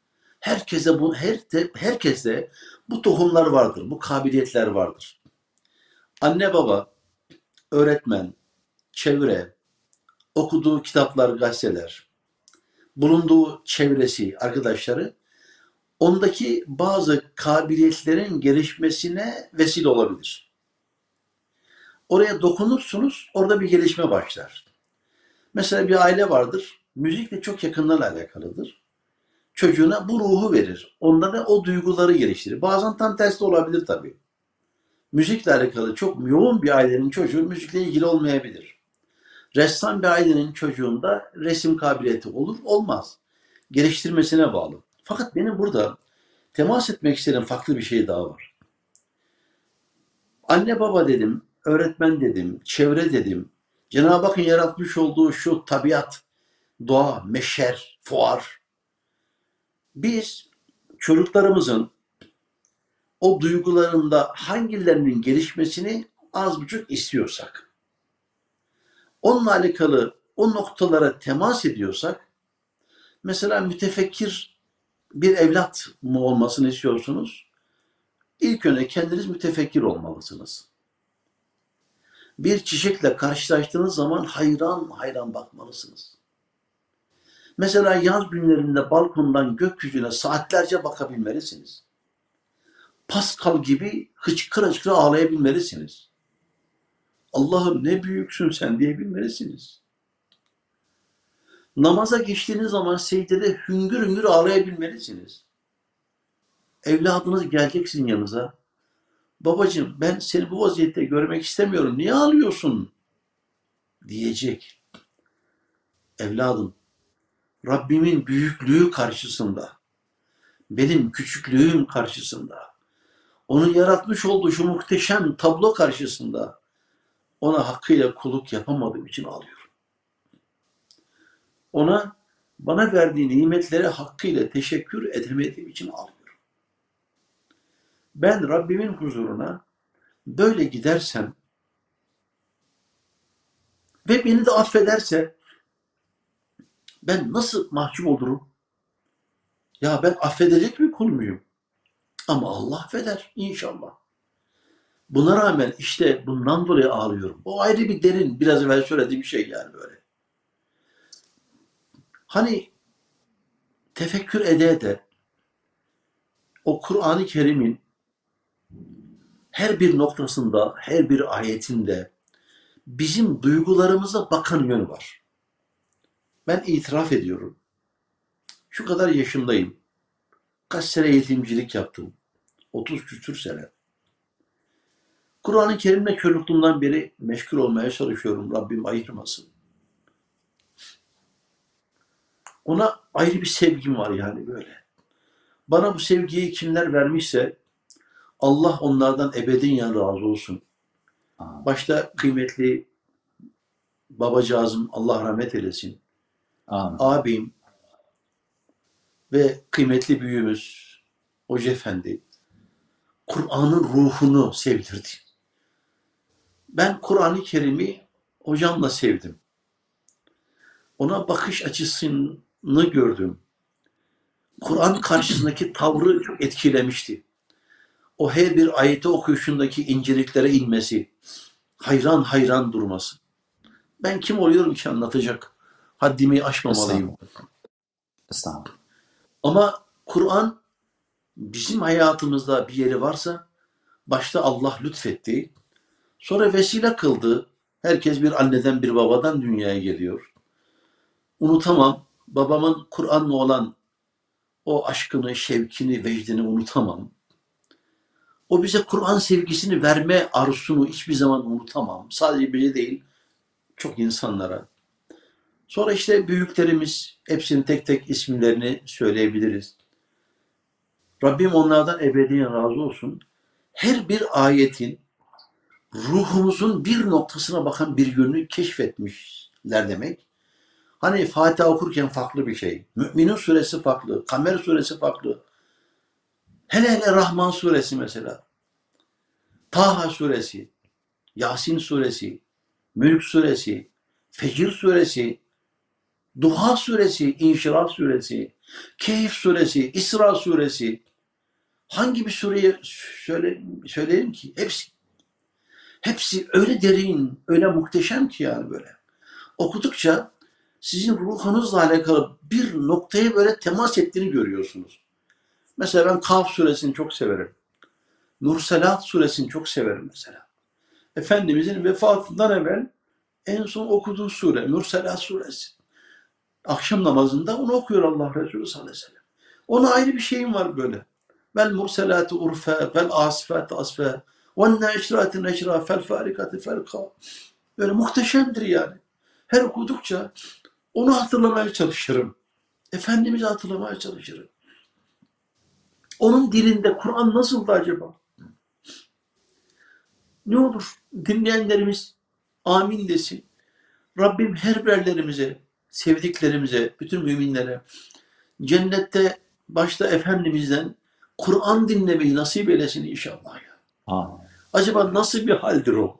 Herkeste bu tohumlar vardır, bu kabiliyetler vardır. Anne baba, öğretmen, çevre, okuduğu kitaplar, gazeteler, bulunduğu çevresi, arkadaşları ondaki bazı kabiliyetlerin gelişmesine vesile olabilir. Oraya dokunursunuz, orada bir gelişme başlar. Mesela bir aile vardır, müzikle çok yakından alakalıdır. Çocuğuna bu ruhu verir. Onda da o duyguları geliştirir. Bazen tam tersi de olabilir tabii. Müzikle alakalı çok yoğun bir ailenin çocuğu müzikle ilgili olmayabilir. Ressam bir ailenin çocuğunda resim kabiliyeti olur, olmaz. Geliştirmesine bağlı. Fakat benim burada temas etmek istediğim farklı bir şey daha var. Anne baba dedim, öğretmen dedim, çevre dedim. Cenab-ı Hakk'ın yaratmış olduğu şu tabiat, doğa, meşer, fuar. Biz çocuklarımızın o duygularında hangilerinin gelişmesini az buçuk istiyorsak, onunla alakalı o noktalara temas ediyorsak, mesela mütefekkir bir evlat mı olmasını istiyorsunuz? İlk önce kendiniz mütefekkir olmalısınız. Bir çiçekle karşılaştığınız zaman hayran hayran bakmalısınız. Mesela yaz günlerinde balkondan gökyüzüne saatlerce bakabilmelisiniz. Pascal gibi hıçkıra hıçkıra ağlayabilmelisiniz. Allah'ım ne büyüksün sen diyebilmelisiniz. Namaza geçtiğiniz zaman secdede hüngür hüngür ağlayabilmelisiniz. Evladınız gelecek sizin yanınıza. Babacığım ben seni bu vaziyette görmek istemiyorum. Niye ağlıyorsun? Diyecek. Evladım, Rabbimin büyüklüğü karşısında, benim küçüklüğüm karşısında, onun yaratmış olduğu şu muhteşem tablo karşısında ona hakkıyla kulluk yapamadığım için ağlıyorum. Ona bana verdiği nimetlere hakkıyla teşekkür edemediğim için ağlıyorum. Ben Rabbimin huzuruna böyle gidersem ve beni de affederse ben nasıl mahcup olurum? Ya ben affedecek bir kul muyum? Ama Allah affeder inşallah. Buna rağmen işte bundan dolayı ağlıyorum. O ayrı bir derin, biraz evvel söylediğim bir şey yani böyle. Hani tefekkür ede o Kur'an-ı Kerim'in her bir noktasında, her bir ayetinde bizim duygularımıza bakan yön var. Ben itiraf ediyorum. Şu kadar yaşındayım. Kaç sene eğitimcilik yaptım. 30 küsür sene. Kur'an-ı Kerim'le çocukluğumdan beri meşgul olmaya çalışıyorum. Rabbim ayırmasın. Ona ayrı bir sevgim var yani böyle. Bana bu sevgiyi kimler vermişse Allah onlardan ebediyen razı olsun. Başta kıymetli babacığızım Allah rahmet eylesin. Amin. Abim ve kıymetli büyüğümüz Hoca Efendi Kur'an'ın ruhunu sevdirdi. Ben Kur'an-ı Kerim'i hocamla sevdim. Ona bakış açısını gördüm. Kur'an karşısındaki tavrı çok etkilemişti. O her bir ayeti okuyuşundaki inceliklere inmesi, hayran hayran durması. Ben kim oluyorum ki anlatacak? Haddimi aşmamalıyım. Estağfurullah. Estağfurullah. Ama Kur'an bizim hayatımızda bir yeri varsa başta Allah lütfetti. Sonra vesile kıldı. Herkes bir anneden bir babadan dünyaya geliyor. Unutamam. Babamın Kur'an'la olan o aşkını, şevkini, vecdini unutamam. O bize Kur'an sevgisini verme arzusunu hiçbir zaman unutamam. Sadece bize değil, çok insanlara. Sonra işte büyüklerimiz, hepsinin tek tek isimlerini söyleyebiliriz. Rabbim onlardan ebediyen razı olsun. Her bir ayetin ruhumuzun bir noktasına bakan bir yönünü keşfetmişler demek. Hani Fatiha okurken farklı bir şey. Mü'minun suresi farklı, Kamer suresi farklı. Hele hele Rahman suresi mesela. Taha suresi, Yasin suresi, Mülk suresi, Fecir suresi, Duha suresi, İnşirah suresi, Kehf suresi, İsra suresi. Hangi bir sureyi söyleyelim ki? Hepsi. Hepsi öyle derin, öyle muhteşem ki yani böyle. Okudukça sizin ruhunuzla alakalı bir noktaya böyle temas ettiğini görüyorsunuz. Mesela ben Kaf suresini çok severim. Murselat suresini çok severim mesela. Efendimizin vefatından evvel en son okuduğu sure Murselat suresi. Akşam namazında onu okuyor Allah Resulü sallallahu aleyhi ve sellem. Ona ayrı bir şeyim var böyle. Vel murselati urfe, vel asifati asfe, vel neşrati neşra, fel farikati felka. Böyle muhteşemdir yani. Her okudukça onu hatırlamaya çalışırım. Efendimiz'i hatırlamaya çalışırım. Onun dilinde Kur'an nasıldı acaba? Ne olur dinleyenlerimiz amin desin. Rabbim her birlerimize, sevdiklerimize, bütün müminlere cennette başta Efendimiz'den Kur'an dinlemeyi nasip eylesin inşallah. Amin. Acaba nasıl bir haldir o?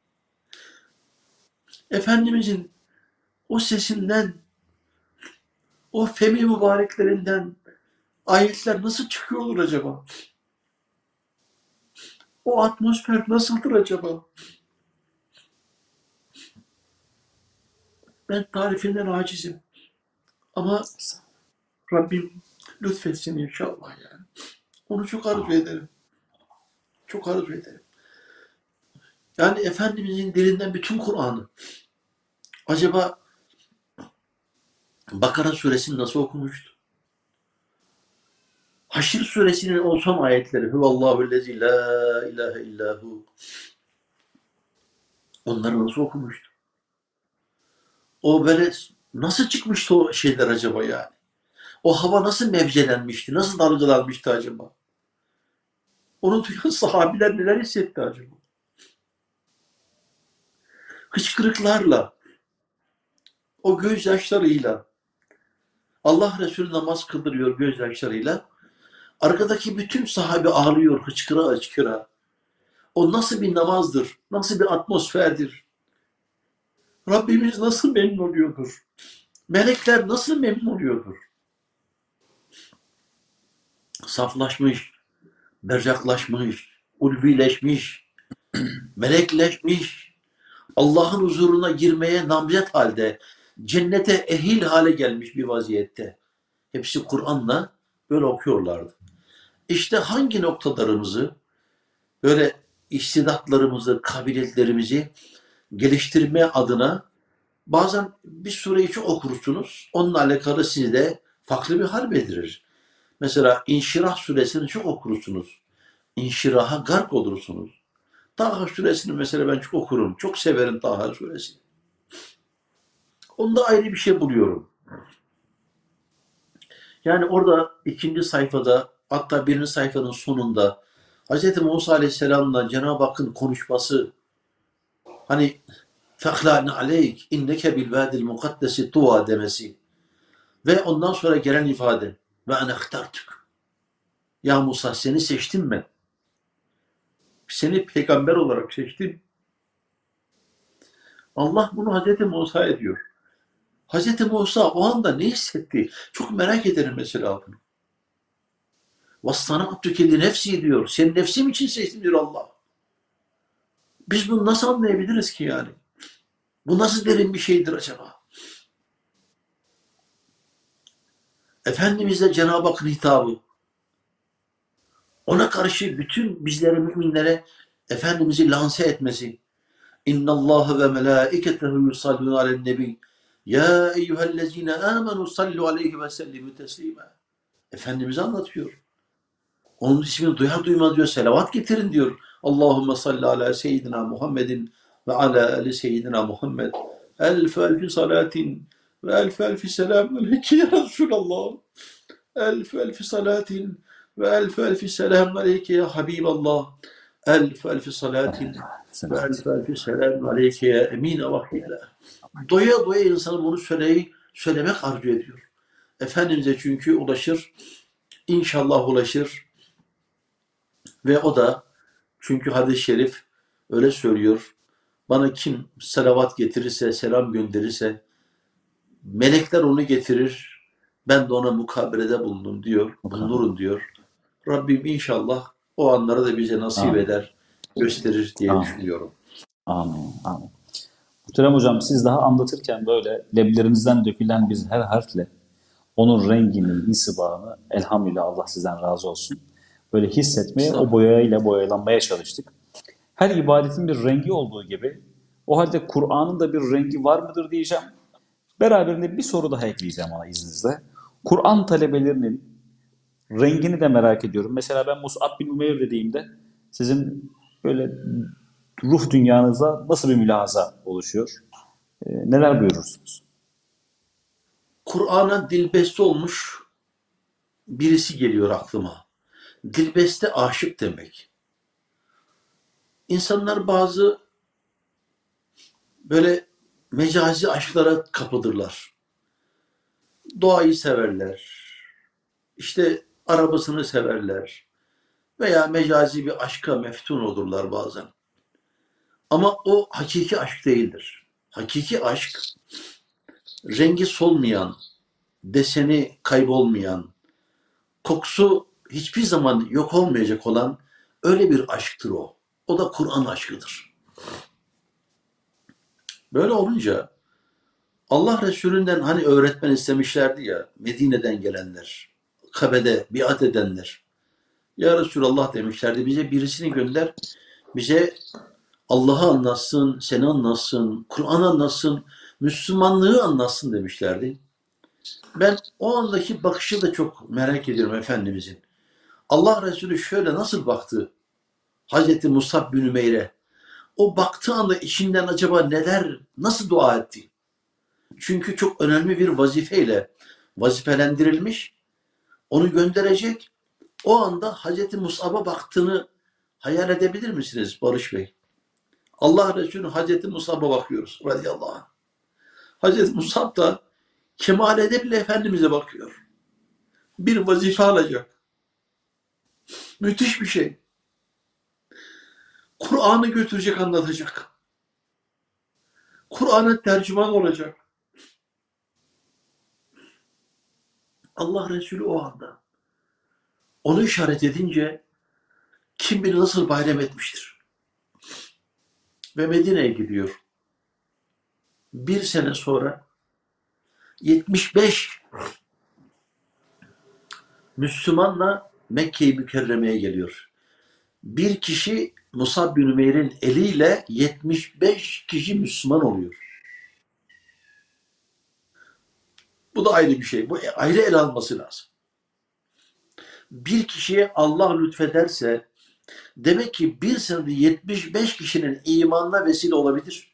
Efendimiz'in o sesinden, o femi mübareklerinden ayetler nasıl çıkıyor olur acaba? O atmosfer nasıldır acaba? Ben tarifinden acizim. Ama Rabbim lütfetsin inşallah yani. Onu çok arzu ederim. Çok arzu ederim. Yani Efendimizin dilinden bütün Kur'an'ı. Acaba Bakara suresini nasıl okumuştu? Haşr suresinin o son ayetleri. Huvallahüllezî la ilahe illahu. Onları nasıl okumuştu? O böyle nasıl çıkmıştı o şeyler acaba yani? O hava nasıl mevcelenmişti? Nasıl dalgalanmıştı acaba? Onu duyan sahabiler neler hissetti acaba? Hıçkırıklarla, o gözyaşlarıyla, Allah Resulü namaz kıldırıyor gözyaşlarıyla. Arkadaki bütün sahabe ağlıyor hıçkıra hıçkıra. O nasıl bir namazdır? Nasıl bir atmosferdir? Rabbimiz nasıl memnun oluyordur? Melekler nasıl memnun oluyordur? Saflaşmış, berraklaşmış, ulvileşmiş, melekleşmiş, Allah'ın huzuruna girmeye namzet halde, cennete ehil hale gelmiş bir vaziyette. Hepsi Kur'an'la böyle okuyorlardı. İşte hangi noktalarımızı, böyle istidatlarımızı, kabiliyetlerimizi geliştirme adına bazen bir sureyi çok okursunuz, onunla alakalı sizde farklı bir hal bedirir. Mesela İnşirah suresini çok okursunuz. İnşiraha gark olursunuz. Taha suresini mesela ben çok okurum. Çok severim Taha suresini. Onda ayrı bir şey buluyorum. Yani orada ikinci sayfada, hatta birinci sayfanın sonunda Hz. Musa Aleyhisselam'la Cenab-ı Hakk'ın konuşması, hani فَخْلَعْنَ عَلَيْكَ اِنَّكَ بِالْوَادِ الْمُقَدَّسِ طُوَى demesi ve ondan sonra gelen ifade ve اَنَا اخْتَرْتُكَ. Ya Musa, seni seçtim ben. Seni peygamber olarak seçtim. Allah bunu Hz. Musa'ya diyor. Hz. Musa o anda ne hissetti? Çok merak ederim mesela bunu. وَاسْتَنَعْتُكَ لِنَفْسِي diyor. Senin nefsim için seçtim diyor Allah. Biz bunu nasıl anlayabiliriz ki yani? Bu nasıl derin bir şeydir acaba? Efendimiz'e Cenab-ı Hakk'ın hitabı. Ona karşı bütün bizlere, müminlere Efendimiz'i lanse etmesi. İnna Allah ve melâiketehu yusallûne alen nebi. Ya eyyühellezîne âmenû sallu aleyhi ve sellimü teslîmâ. Efendimiz'i anlatıyor. Onun ismini duyar duymaz diyor, selavat getirin diyor. Allahümme salli ala seyyidina Muhammedin ve ala ali seyyidina Muhammed. Elf elfi salatin ve elf elfi selam aleyke ya Resulallah. Elf elfi salatin ve elf elfi selam aleyke ya Habiballah. Elf elfi salatin ve elf elfi selam aleyke ya emine vahiyla. Doya doya insanı bunu söylemek arzu ediyor. Efendimiz'e çünkü ulaşır, inşallah ulaşır ve o da çünkü hadis-i şerif öyle söylüyor. Bana kim selavat getirirse, selam gönderirse melekler onu getirir. Ben de ona mukabelede bulundum diyor, bulunurum diyor. Rabbim inşallah o anları da bize nasip Amin. eder, gösterir diye Amin. düşünüyorum. Amin. Amin. Muhterem hocam, siz daha anlatırken böyle leblerinizden dökülen bir her harfle onun rengini, insibağını, elhamdülillah Allah sizden razı olsun, böyle hissetmeye, o boyayla boyalanmaya çalıştık. Her ibadetin bir rengi olduğu gibi o halde Kur'an'ın da bir rengi var mıdır diyeceğim. Beraberinde bir soru daha ekleyeceğim ona izninizle. Kur'an talebelerinin rengini de merak ediyorum. Mesela ben Mus'ab bin Umeyr dediğimde sizin böyle ruh dünyanıza nasıl bir mülahaza oluşuyor? Neler buyurursunuz? Kur'an'a dilbeste olmuş birisi geliyor aklıma. Dilbeste aşık demek. İnsanlar bazı böyle mecazi aşklara kapılırlar. Doğayı severler. İşte arabasını severler. Veya mecazi bir aşka meftun olurlar bazen. Ama o hakiki aşk değildir. Hakiki aşk, rengi solmayan, deseni kaybolmayan, kokusu hiçbir zaman yok olmayacak olan öyle bir aşktır o. O da Kur'an aşkıdır. Böyle olunca Allah Resulü'nden hani öğretmen istemişlerdi ya, Medine'den gelenler, Kabe'de biat edenler. Ya Resulallah demişlerdi, bize birisini gönder, bize Allah'ı anlatsın, seni anlatsın, Kur'an anlatsın, Müslümanlığı anlatsın demişlerdi. Ben o andaki bakışı da çok merak ediyorum Efendimizin. Allah Resulü şöyle nasıl baktı Hazreti Musab bin Ümeyr'e? O baktığı anda içinden acaba neler, nasıl dua etti? Çünkü çok önemli bir vazifeyle vazifelendirilmiş, onu gönderecek. O anda Hazreti Musab'a baktığını hayal edebilir misiniz Barış Bey? Allah Resulü Hazreti Musab'a bakıyoruz radıyallahu anh. Hazreti Musab da kemal edeple Efendimiz'e bakıyor. Bir vazife alacak. Müthiş bir şey. Kur'an'ı götürecek, anlatacak. Kur'an'ın tercüman olacak. Allah Resulü o anda onu işaret edince kim bilir nasıl bayram etmiştir. Ve Medine'ye gidiyor. Bir sene sonra 75 Müslümanla Mekke-i Mükerreme'ye geliyor. Bir kişi Musab bin Ümeyr'in eliyle 75 kişi Müslüman oluyor. Bu da ayrı bir şey. Bu ayrı ele alması lazım. Bir kişiye Allah lütfederse demek ki bir senede 75 kişinin imanına vesile olabilir.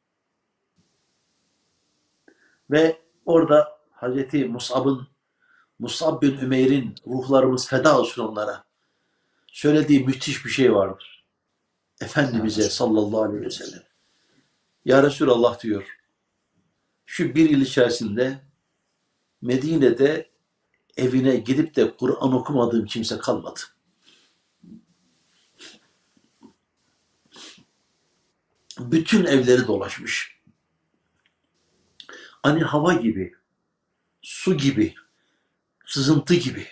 Ve orada Hazreti Musab bin Ümeyr'in ruhlarımız feda olsun onlara söylediği müthiş bir şey vardır. Efendimiz'e sallallahu aleyhi ve sellem. Ya Resulallah diyor, şu bir yıl içerisinde Medine'de evine gidip de Kur'an okumadığım kimse kalmadı. Bütün evleri dolaşmış. Hani hava gibi, su gibi, sızıntı gibi.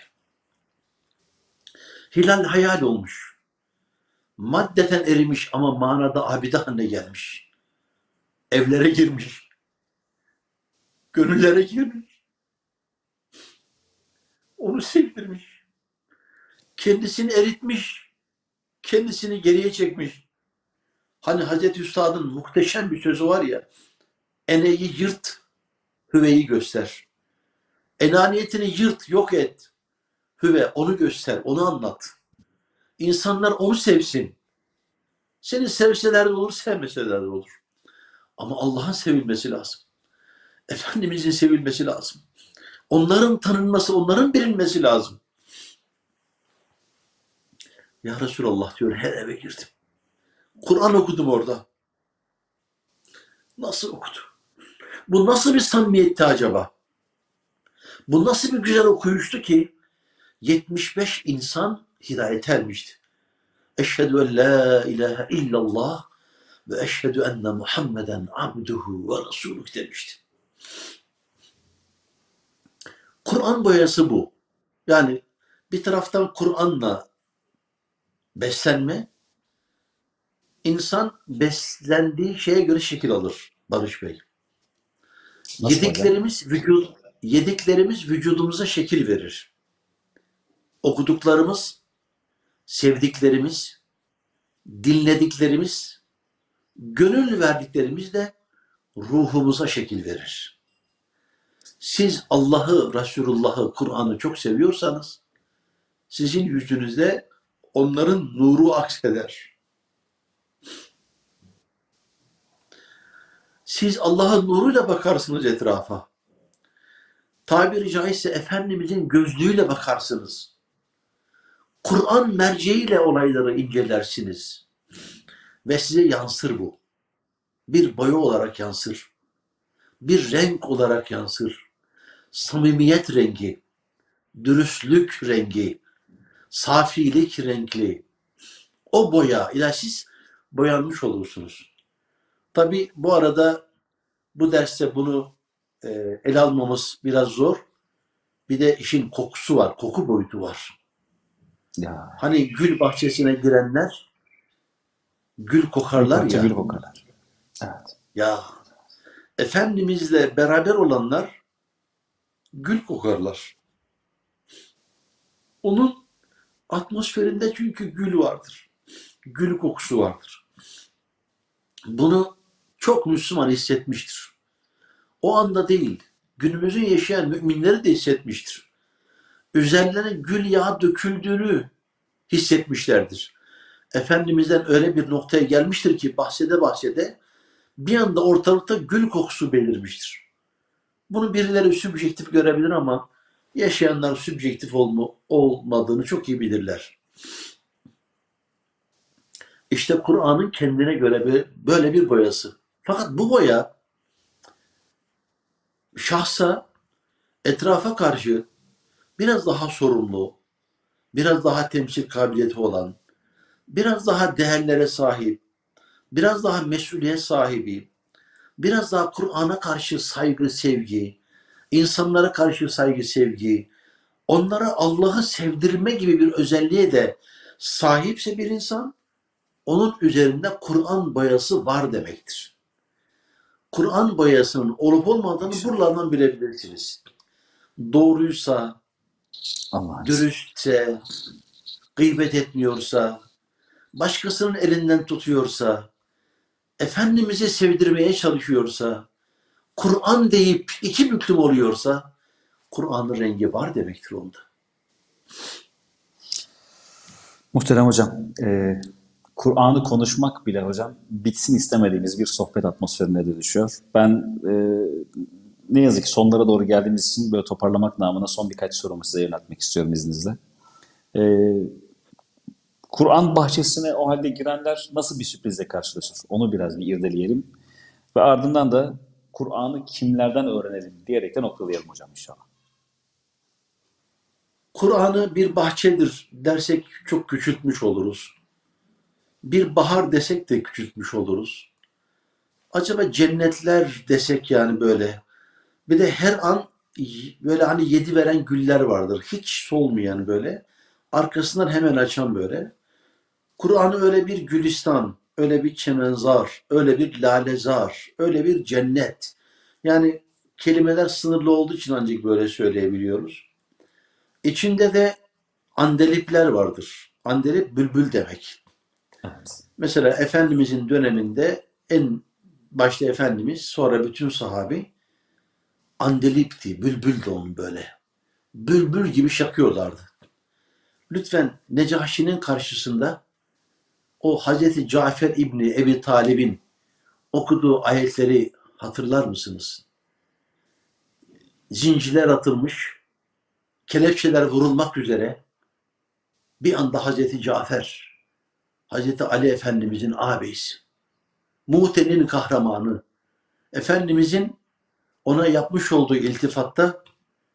Hilal hayal olmuş. Maddeten erimiş ama manada abide haline gelmiş. Evlere girmiş. Gönüllere girmiş. Onu sevdirmiş. Kendisini eritmiş. Kendisini geriye çekmiş. Hani Hazreti Üstad'ın muhteşem bir sözü var ya, eneyi yırt, hüveyi göster. Enaniyetini yırt, yok et. Hüve, onu göster, onu anlat. İnsanlar onu sevsin. Seni sevseler de olur, sevmeseler de olur. Ama Allah'ın sevilmesi lazım. Efendimizin sevilmesi lazım. Onların tanınması, onların bilinmesi lazım. Ya Resulallah diyor, her eve girdim. Kur'an okudum orada. Nasıl okudu? Bu nasıl bir samimiyetti acaba? Bu nasıl bir güzel okuyuştu ki 75 insan hidayete ermişti. Eşhedü en la ilahe illallah ve eşhedü enne Muhammeden abduhu ve resulük demişti. Kur'an boyası bu. Yani bir taraftan Kur'an'la beslenme, insan beslendiği şeye göre şekil alır Barış Bey. Nasıl hocam? Yediklerimiz vücudumuza şekil verir. Okuduklarımız, sevdiklerimiz, dinlediklerimiz, gönül verdiklerimiz de ruhumuza şekil verir. Siz Allah'ı, Resulullah'ı, Kur'an'ı çok seviyorsanız sizin yüzünüzde onların nuru akseder. Siz Allah'ın nuruyla bakarsınız etrafa. Tabiri caizse Efendimizin gözlüğüyle bakarsınız. Kur'an merceğiyle olayları incelersiniz. Ve size yansır bu. Bir boya olarak yansır. Bir renk olarak yansır. Samimiyet rengi, dürüstlük rengi, safilik renkli. O boya ile siz boyanmış olursunuz. Tabi bu arada bu derste bunu ele almamız biraz zor. Bir de işin kokusu var, koku boyutu var. Ya, Hani gül bahçesine girenler gül kokarlar parça ya. gül kokarlar. Evet. Ya Efendimizle beraber olanlar gül kokarlar. Onun atmosferinde çünkü gül vardır. Gül kokusu vardır. Bunu çok Müslüman hissetmiştir. O anda değil, günümüzün yaşayan müminleri de hissetmiştir. Üzerlerine gül yağı döküldüğünü hissetmişlerdir. Efendimiz'den öyle bir noktaya gelmiştir ki bahsede bir anda ortalıkta gül kokusu belirmiştir. Bunu birileri sübjektif görebilir ama yaşayanlar sübjektif olmadığını çok iyi bilirler. İşte Kur'an'ın kendine göre böyle bir boyası. Fakat bu boya şahsa etrafa karşı biraz daha sorumlu, biraz daha temsil kabiliyeti olan, biraz daha değerlere sahip, biraz daha mesuliyet sahibi, biraz daha Kur'an'a karşı saygı, sevgi, insanlara karşı saygı, sevgi, onlara Allah'ı sevdirme gibi bir özelliğe de sahipse bir insan, onun üzerinde Kur'an boyası var demektir. Kur'an boyasının olup olmadığını İnşallah. buralardan bilebilirsiniz. Doğruysa, Allah'ın izniyle. dürüstse, gıybet etmiyorsa, başkasının elinden tutuyorsa, Efendimiz'i sevdirmeye çalışıyorsa, Kur'an deyip iki büklüm oluyorsa, Kur'an'ın rengi var demektir onda. Muhterem hocam, Kur'an'ı konuşmak bile hocam bitsin istemediğimiz bir sohbet atmosferine de düşüyor. Ben ne yazık ki sonlara doğru geldiğimiz için böyle toparlamak namına son birkaç sorumu size yöneltmek istiyorum izninizle. E, Kur'an bahçesine o halde girenler nasıl bir sürprizle karşılaşır? Onu biraz bir irdeleyelim. Ve ardından da Kur'an'ı kimlerden öğrenelim diyerek de noktalayalım hocam inşallah. Kur'an'ı bir bahçedir dersek çok küçültmüş oluruz. Bir bahar desek de küçültmüş oluruz. Acaba cennetler desek yani böyle. Bir de her an böyle hani yedi veren güller vardır. Hiç solmayan böyle. Arkasından hemen açan böyle. Kur'an öyle bir gülistan, öyle bir çemenzar, öyle bir lalezar, öyle bir cennet. Yani kelimeler sınırlı olduğu için ancak böyle söyleyebiliyoruz. İçinde de andelipler vardır. Andelip bülbül demek. Evet. Mesela Efendimizin döneminde en başta Efendimiz sonra bütün sahabi andelipti, bülbüldü onun böyle. Bülbül gibi şakıyorlardı. Lütfen Necaşi'nin karşısında o Hazreti Cafer İbni Ebi Talib'in okuduğu ayetleri hatırlar mısınız? Zincirler atılmış, kelepçeler vurulmak üzere bir anda Hazreti Cafer, Hazreti Ali Efendimizin ağabeyisi, Mu'te'nin kahramanı, Efendimizin ona yapmış olduğu iltifatta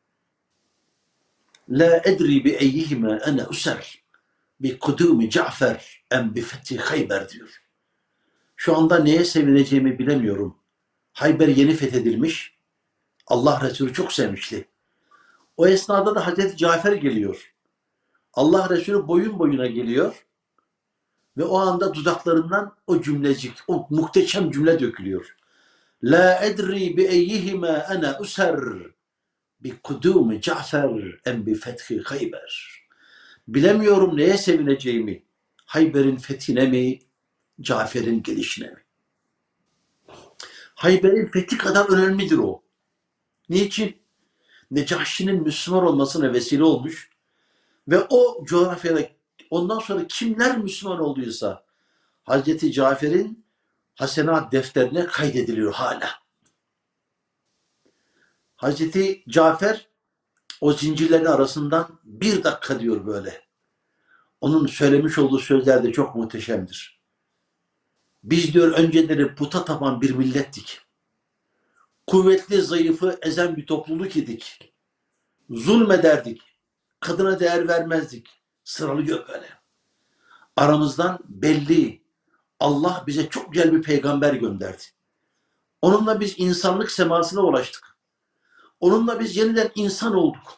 La edri bi eyyihime ene user bi kudumi Cafer em bi fethi Hayber diyor. Şu anda neye sevineceğimi bilemiyorum. Hayber yeni fethedilmiş. Allah Resulü çok sevmişti. O esnada da Hazreti Cafer geliyor. Allah Resulü boyun boyuna geliyor ve o anda dudaklarından o cümlecik, o muhteşem cümle dökülüyor. La edri bi eyyihime ana user bi kudumi Cafer em bi fethi Hayber. Bilemiyorum neye sevineceğimi. Hayber'in fethine mi, Cafer'in gelişine mi? Hayber'in fethi kadar önemlidir o. Niçin? Necaşi'nin Müslüman olmasına vesile olmuş ve o coğrafyada ondan sonra kimler Müslüman olduysa Hazreti Cafer'in hasenat defterine kaydediliyor hala. Hazreti Cafer o zincirlerin arasından bir dakika diyor böyle. Onun söylemiş olduğu sözler de çok muhteşemdir. Biz diyor önceleri puta tapan bir millettik. Kuvvetli, zayıfı ezen bir topluluk idik. Zulmederdik. Kadına değer vermezdik. Sıralıyor böyle. Aramızdan belli. Allah bize çok güzel bir peygamber gönderdi. Onunla biz insanlık semasına ulaştık. Onunla biz yeniden insan olduk.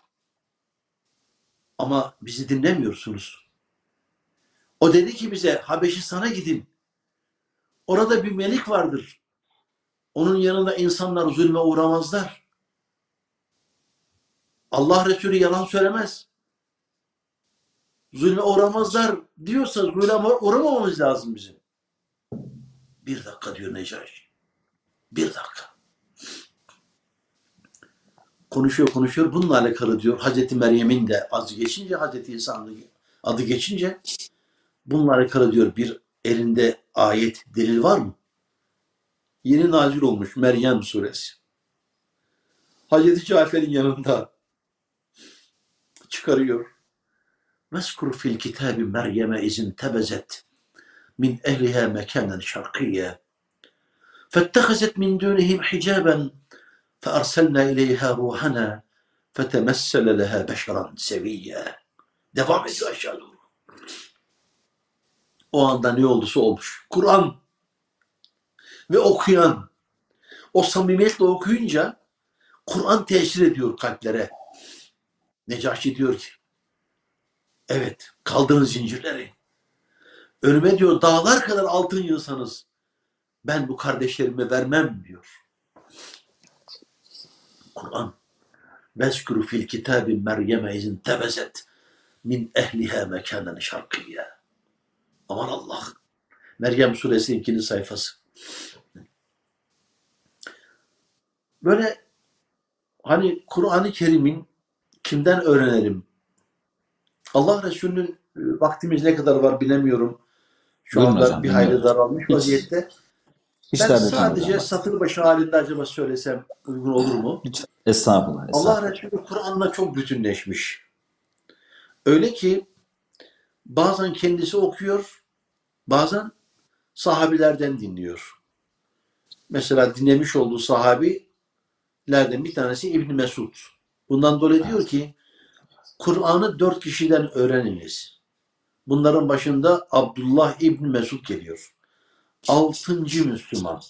Ama bizi dinlemiyorsunuz. O dedi ki bize Habeşistan'a gidin. Orada bir melik vardır. Onun yanında insanlar zulme uğramazlar. Allah Resulü yalan söylemez. Zulme uğramazlar diyorsa zulme uğramamamız lazım bizim. Bir dakika diyor Necaşi. Bir dakika. Konuşuyor. Bununla alakalı diyor. Hazreti Meryem'in de adı geçince, Hazreti İsa'nın adı geçince bununla alakalı diyor bir elinde ayet, delil var mı? Yeni nazil olmuş Meryem suresi. Hazreti Cafer'in yanında çıkarıyor. Veskur fil kitabi Meryem'e izin tebezet min ehliha mekanen şarkiyye fettehazet min dunihim hicaben فأرسلنا إليها روحنا فَتَمَثَّلَ لَهَا بَشَرًا سَوِيًّا. Devam ediyor aşağı doğru. O anda ne olduysa olmuş. Kur'an ve okuyan, o samimiyetle okuyunca Kur'an tesir ediyor kalplere. Necaşi diyor ki, evet, kaldırın zincirleri. Önüme diyor dağlar kadar altın yığsanız ben bu kardeşlerime vermem diyor. Kur'an. Vezkuru fil kitabi Meryem'e izin tebezet min ehliha mekanen şarkiyye. Aman Allah. Meryem suresi 2. sayfası. Böyle hani Kur'an-ı Kerim'in kimden öğrenelim? Allah Resulü'nün vaktimiz ne kadar var bilemiyorum. Şu Buyurun anda hocam, bir hayli dinliyoruz. daralmış Hiç, vaziyette. hiç Ben dert etmeyin hocam sadece bak. satır başı halinde acaba söylesem uygun olur mu? Lütfen. Estağfurullah, Allah estağfurullah. Resulü Kur'an'la çok bütünleşmiş. Öyle ki bazen kendisi okuyor, bazen sahabilerden dinliyor. Mesela dinlemiş olduğu sahabilerden bir tanesi İbn Mesud. Bundan dolayı diyor Evet. ki Kur'an'ı 4 kişiden öğreniniz. Bunların başında Abdullah İbn Mesud geliyor. 6. Müslüman.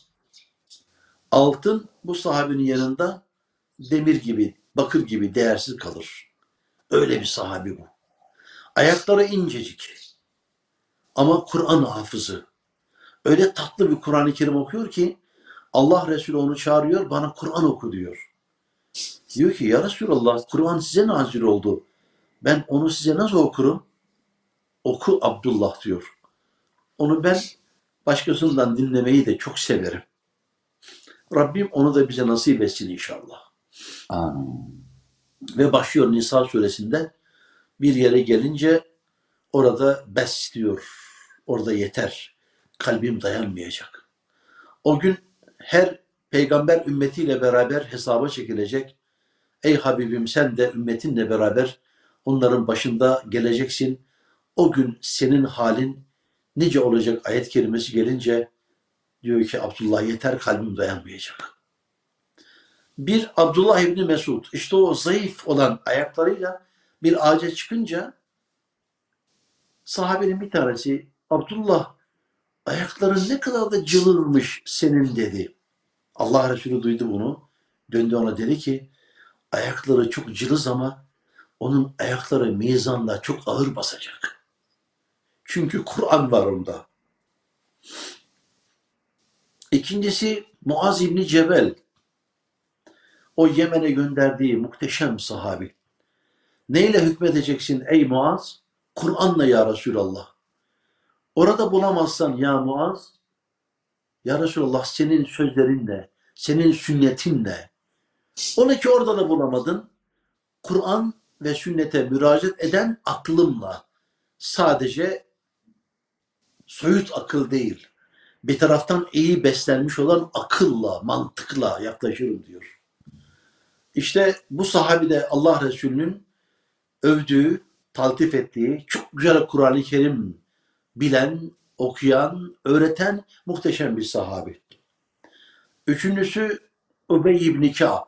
Altın bu sahabinin yanında demir gibi, bakır gibi değersiz kalır. Öyle bir sahabi bu. Ayakları incecik ama Kur'an hafızı. Öyle tatlı bir Kur'an-ı Kerim okuyor ki Allah Resulü onu çağırıyor, bana Kur'an oku diyor. Diyor ki ya Resulallah Kur'an size nazil oldu. Ben onu size nasıl okurum? Oku Abdullah diyor. Onu ben başkasından dinlemeyi de çok severim. Rabbim onu da bize nasip etsin inşallah. Amin. Ve başlıyor Nisa suresinde bir yere gelince orada bes diyor. Orada yeter. Kalbim dayanmayacak. O gün her peygamber ümmetiyle beraber hesaba çekilecek. Ey Habibim sen de ümmetinle beraber onların başında geleceksin. O gün senin halin nice olacak ayet kelimesi gelince diyor ki Abdullah yeter kalbim dayanmayacak. Bir Abdullah İbni Mesud işte o zayıf olan ayaklarıyla bir ağaca çıkınca sahabenin bir tanesi Abdullah ayakların ne kadar da cılırmış senin dedi. Allah Resulü duydu bunu. Döndü ona dedi ki ayakları çok cılız ama onun ayakları mizanla çok ağır basacak. Çünkü Kur'an var onda. İkincisi Muaz İbni Cebel. O Yemen'e gönderdiği muhteşem sahabi. Neyle hükmedeceksin ey Muaz? Kur'an'la ya Resulallah. Orada bulamazsan ya Muaz, ya Resulallah senin sözlerinle, senin sünnetinle. Onu ki orada da bulamadın. Kur'an ve sünnete müracaat eden aklımla. Sadece soyut akıl değil. Bir taraftan iyi beslenmiş olan akılla, mantıkla yaklaşırım diyor. İşte bu sahabi de Allah Resulü'nün övdüğü, taltif ettiği, çok güzel Kur'an-ı Kerim bilen, okuyan, öğreten muhteşem bir sahabi. Üçüncüsü Übey ibn Ka'b.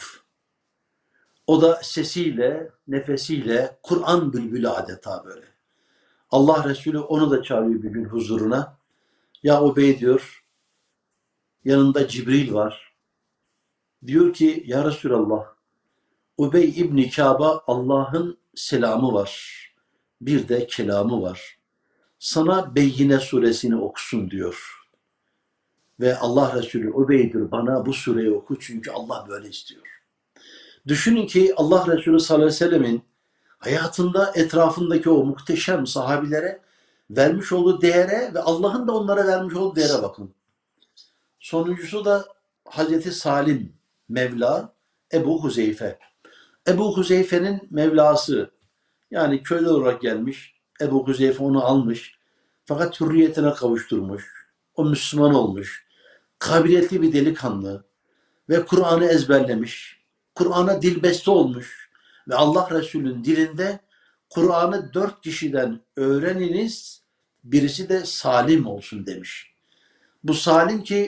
O da sesiyle, nefesiyle Kur'an bülbülü adeta böyle. Allah Resulü onu da çağırıyor bir gün huzuruna. Ya Übey diyor, yanında Cibril var. Diyor ki ya Resulallah, Übey ibn Ka'b'a Allah'ın selamı var. Bir de kelamı var. Sana Beyyine suresini okusun diyor. Ve Allah Resulü Übey'dir bana bu sureyi oku çünkü Allah böyle istiyor. Düşünün ki Allah Resulü sallallahu aleyhi ve sellemin hayatında etrafındaki o muhteşem sahabilere vermiş olduğu değere ve Allah'ın da onlara vermiş olduğu değere bakın. Sonuncusu da Hazreti Salim Mevla Ebu Huzeyfe. Ebu Huzeyfe'nin Mevlası yani köle olarak gelmiş. Ebu Huzeyfe onu almış. Fakat hürriyetine kavuşturmuş. O Müslüman olmuş. Kabiliyetli bir delikanlı ve Kur'an'ı ezberlemiş. Kur'an'a dilbeste olmuş ve Allah Resulü'nün dilinde Kur'an'ı 4 kişiden öğreniniz, birisi de Salim olsun demiş. Bu Salim ki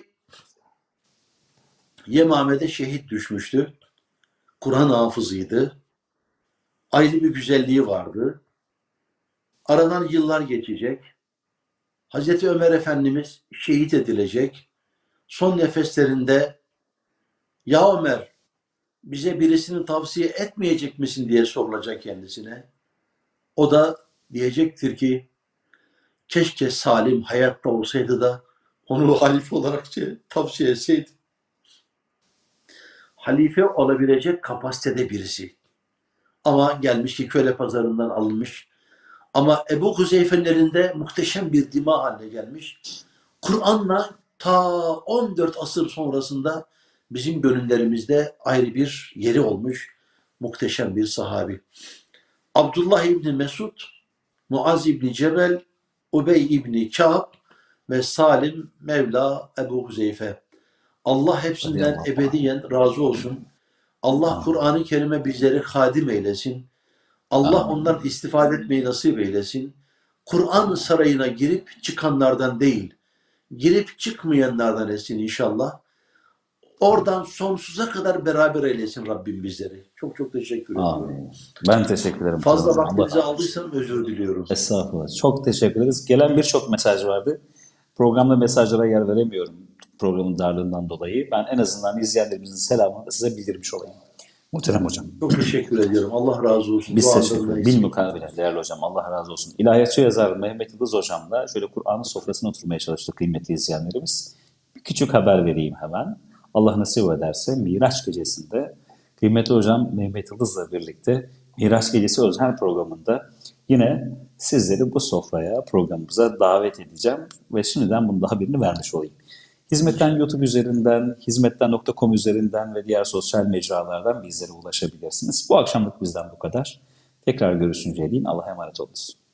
Yemame'de şehit düşmüştü. Kur'an hafızıydı. ayrı bir güzelliği vardı. Aradan yıllar geçecek. Hazreti Ömer Efendimiz şehit edilecek. Son nefeslerinde ya Ömer bize birisini tavsiye etmeyecek misin diye sorulacak kendisine. O da diyecektir ki keşke Salim hayatta olsaydı da onu halife olarak tavsiye etseydim. Halife olabilecek kapasitede birisi. Ama gelmiş ki köle pazarından alınmış. Ama Ebu Huzeyfe'nin elinde muhteşem bir dima haline gelmiş. Kur'an'la ta 14 asır sonrasında bizim gönüllerimizde ayrı bir yeri olmuş muhteşem bir sahabi. Abdullah İbni Mesud, Muaz İbni Cebel, Ubey İbni Ka'b ve Salim Mevla Ebu Huzeyfe. Allah hepsinden ebediyen razı olsun. Allah Kur'an-ı Kerim'e bizleri hadim eylesin. Allah ondan istifade etmeyi nasip eylesin. Kur'an sarayına girip çıkanlardan değil, girip çıkmayanlardan etsin inşallah. Oradan sonsuza kadar beraber eylesin Rabbim bizleri. Çok çok teşekkür ediyorum. Ben teşekkür ederim. Fazla vaktinizi aldıysam özür diliyorum. Estağfurullah. Çok teşekkür ederiz. Gelen birçok mesaj vardı. Programda mesajlara yer veremiyorum programın darlığından dolayı. Ben en azından izleyenlerimizin selamını size bildirmiş olayım. Muhterem hocam. Çok teşekkür ediyorum. Allah razı olsun. Biz teşekkür ederiz. Bilmukabele değerli hocam. Allah razı olsun. İlahiyatçı yazar Mehmet Yıldız hocamla şöyle Kur'an'ın sofrasına oturmaya çalıştık kıymetli izleyenlerimiz. Bir küçük haber vereyim hemen. Allah nasip ederse Miraç gecesinde kıymetli hocam Mehmet Yıldız'la birlikte Miraç Gecesi özel programında yine sizleri bu sofraya, programımıza davet edeceğim ve şimdiden bunun da haberini vermiş olayım. Hizmetten YouTube üzerinden, hizmetten.com üzerinden ve diğer sosyal mecralardan bizlere ulaşabilirsiniz. Bu akşamlık bizden bu kadar. Tekrar görüşünceye değin Allah'a emanet olunuz.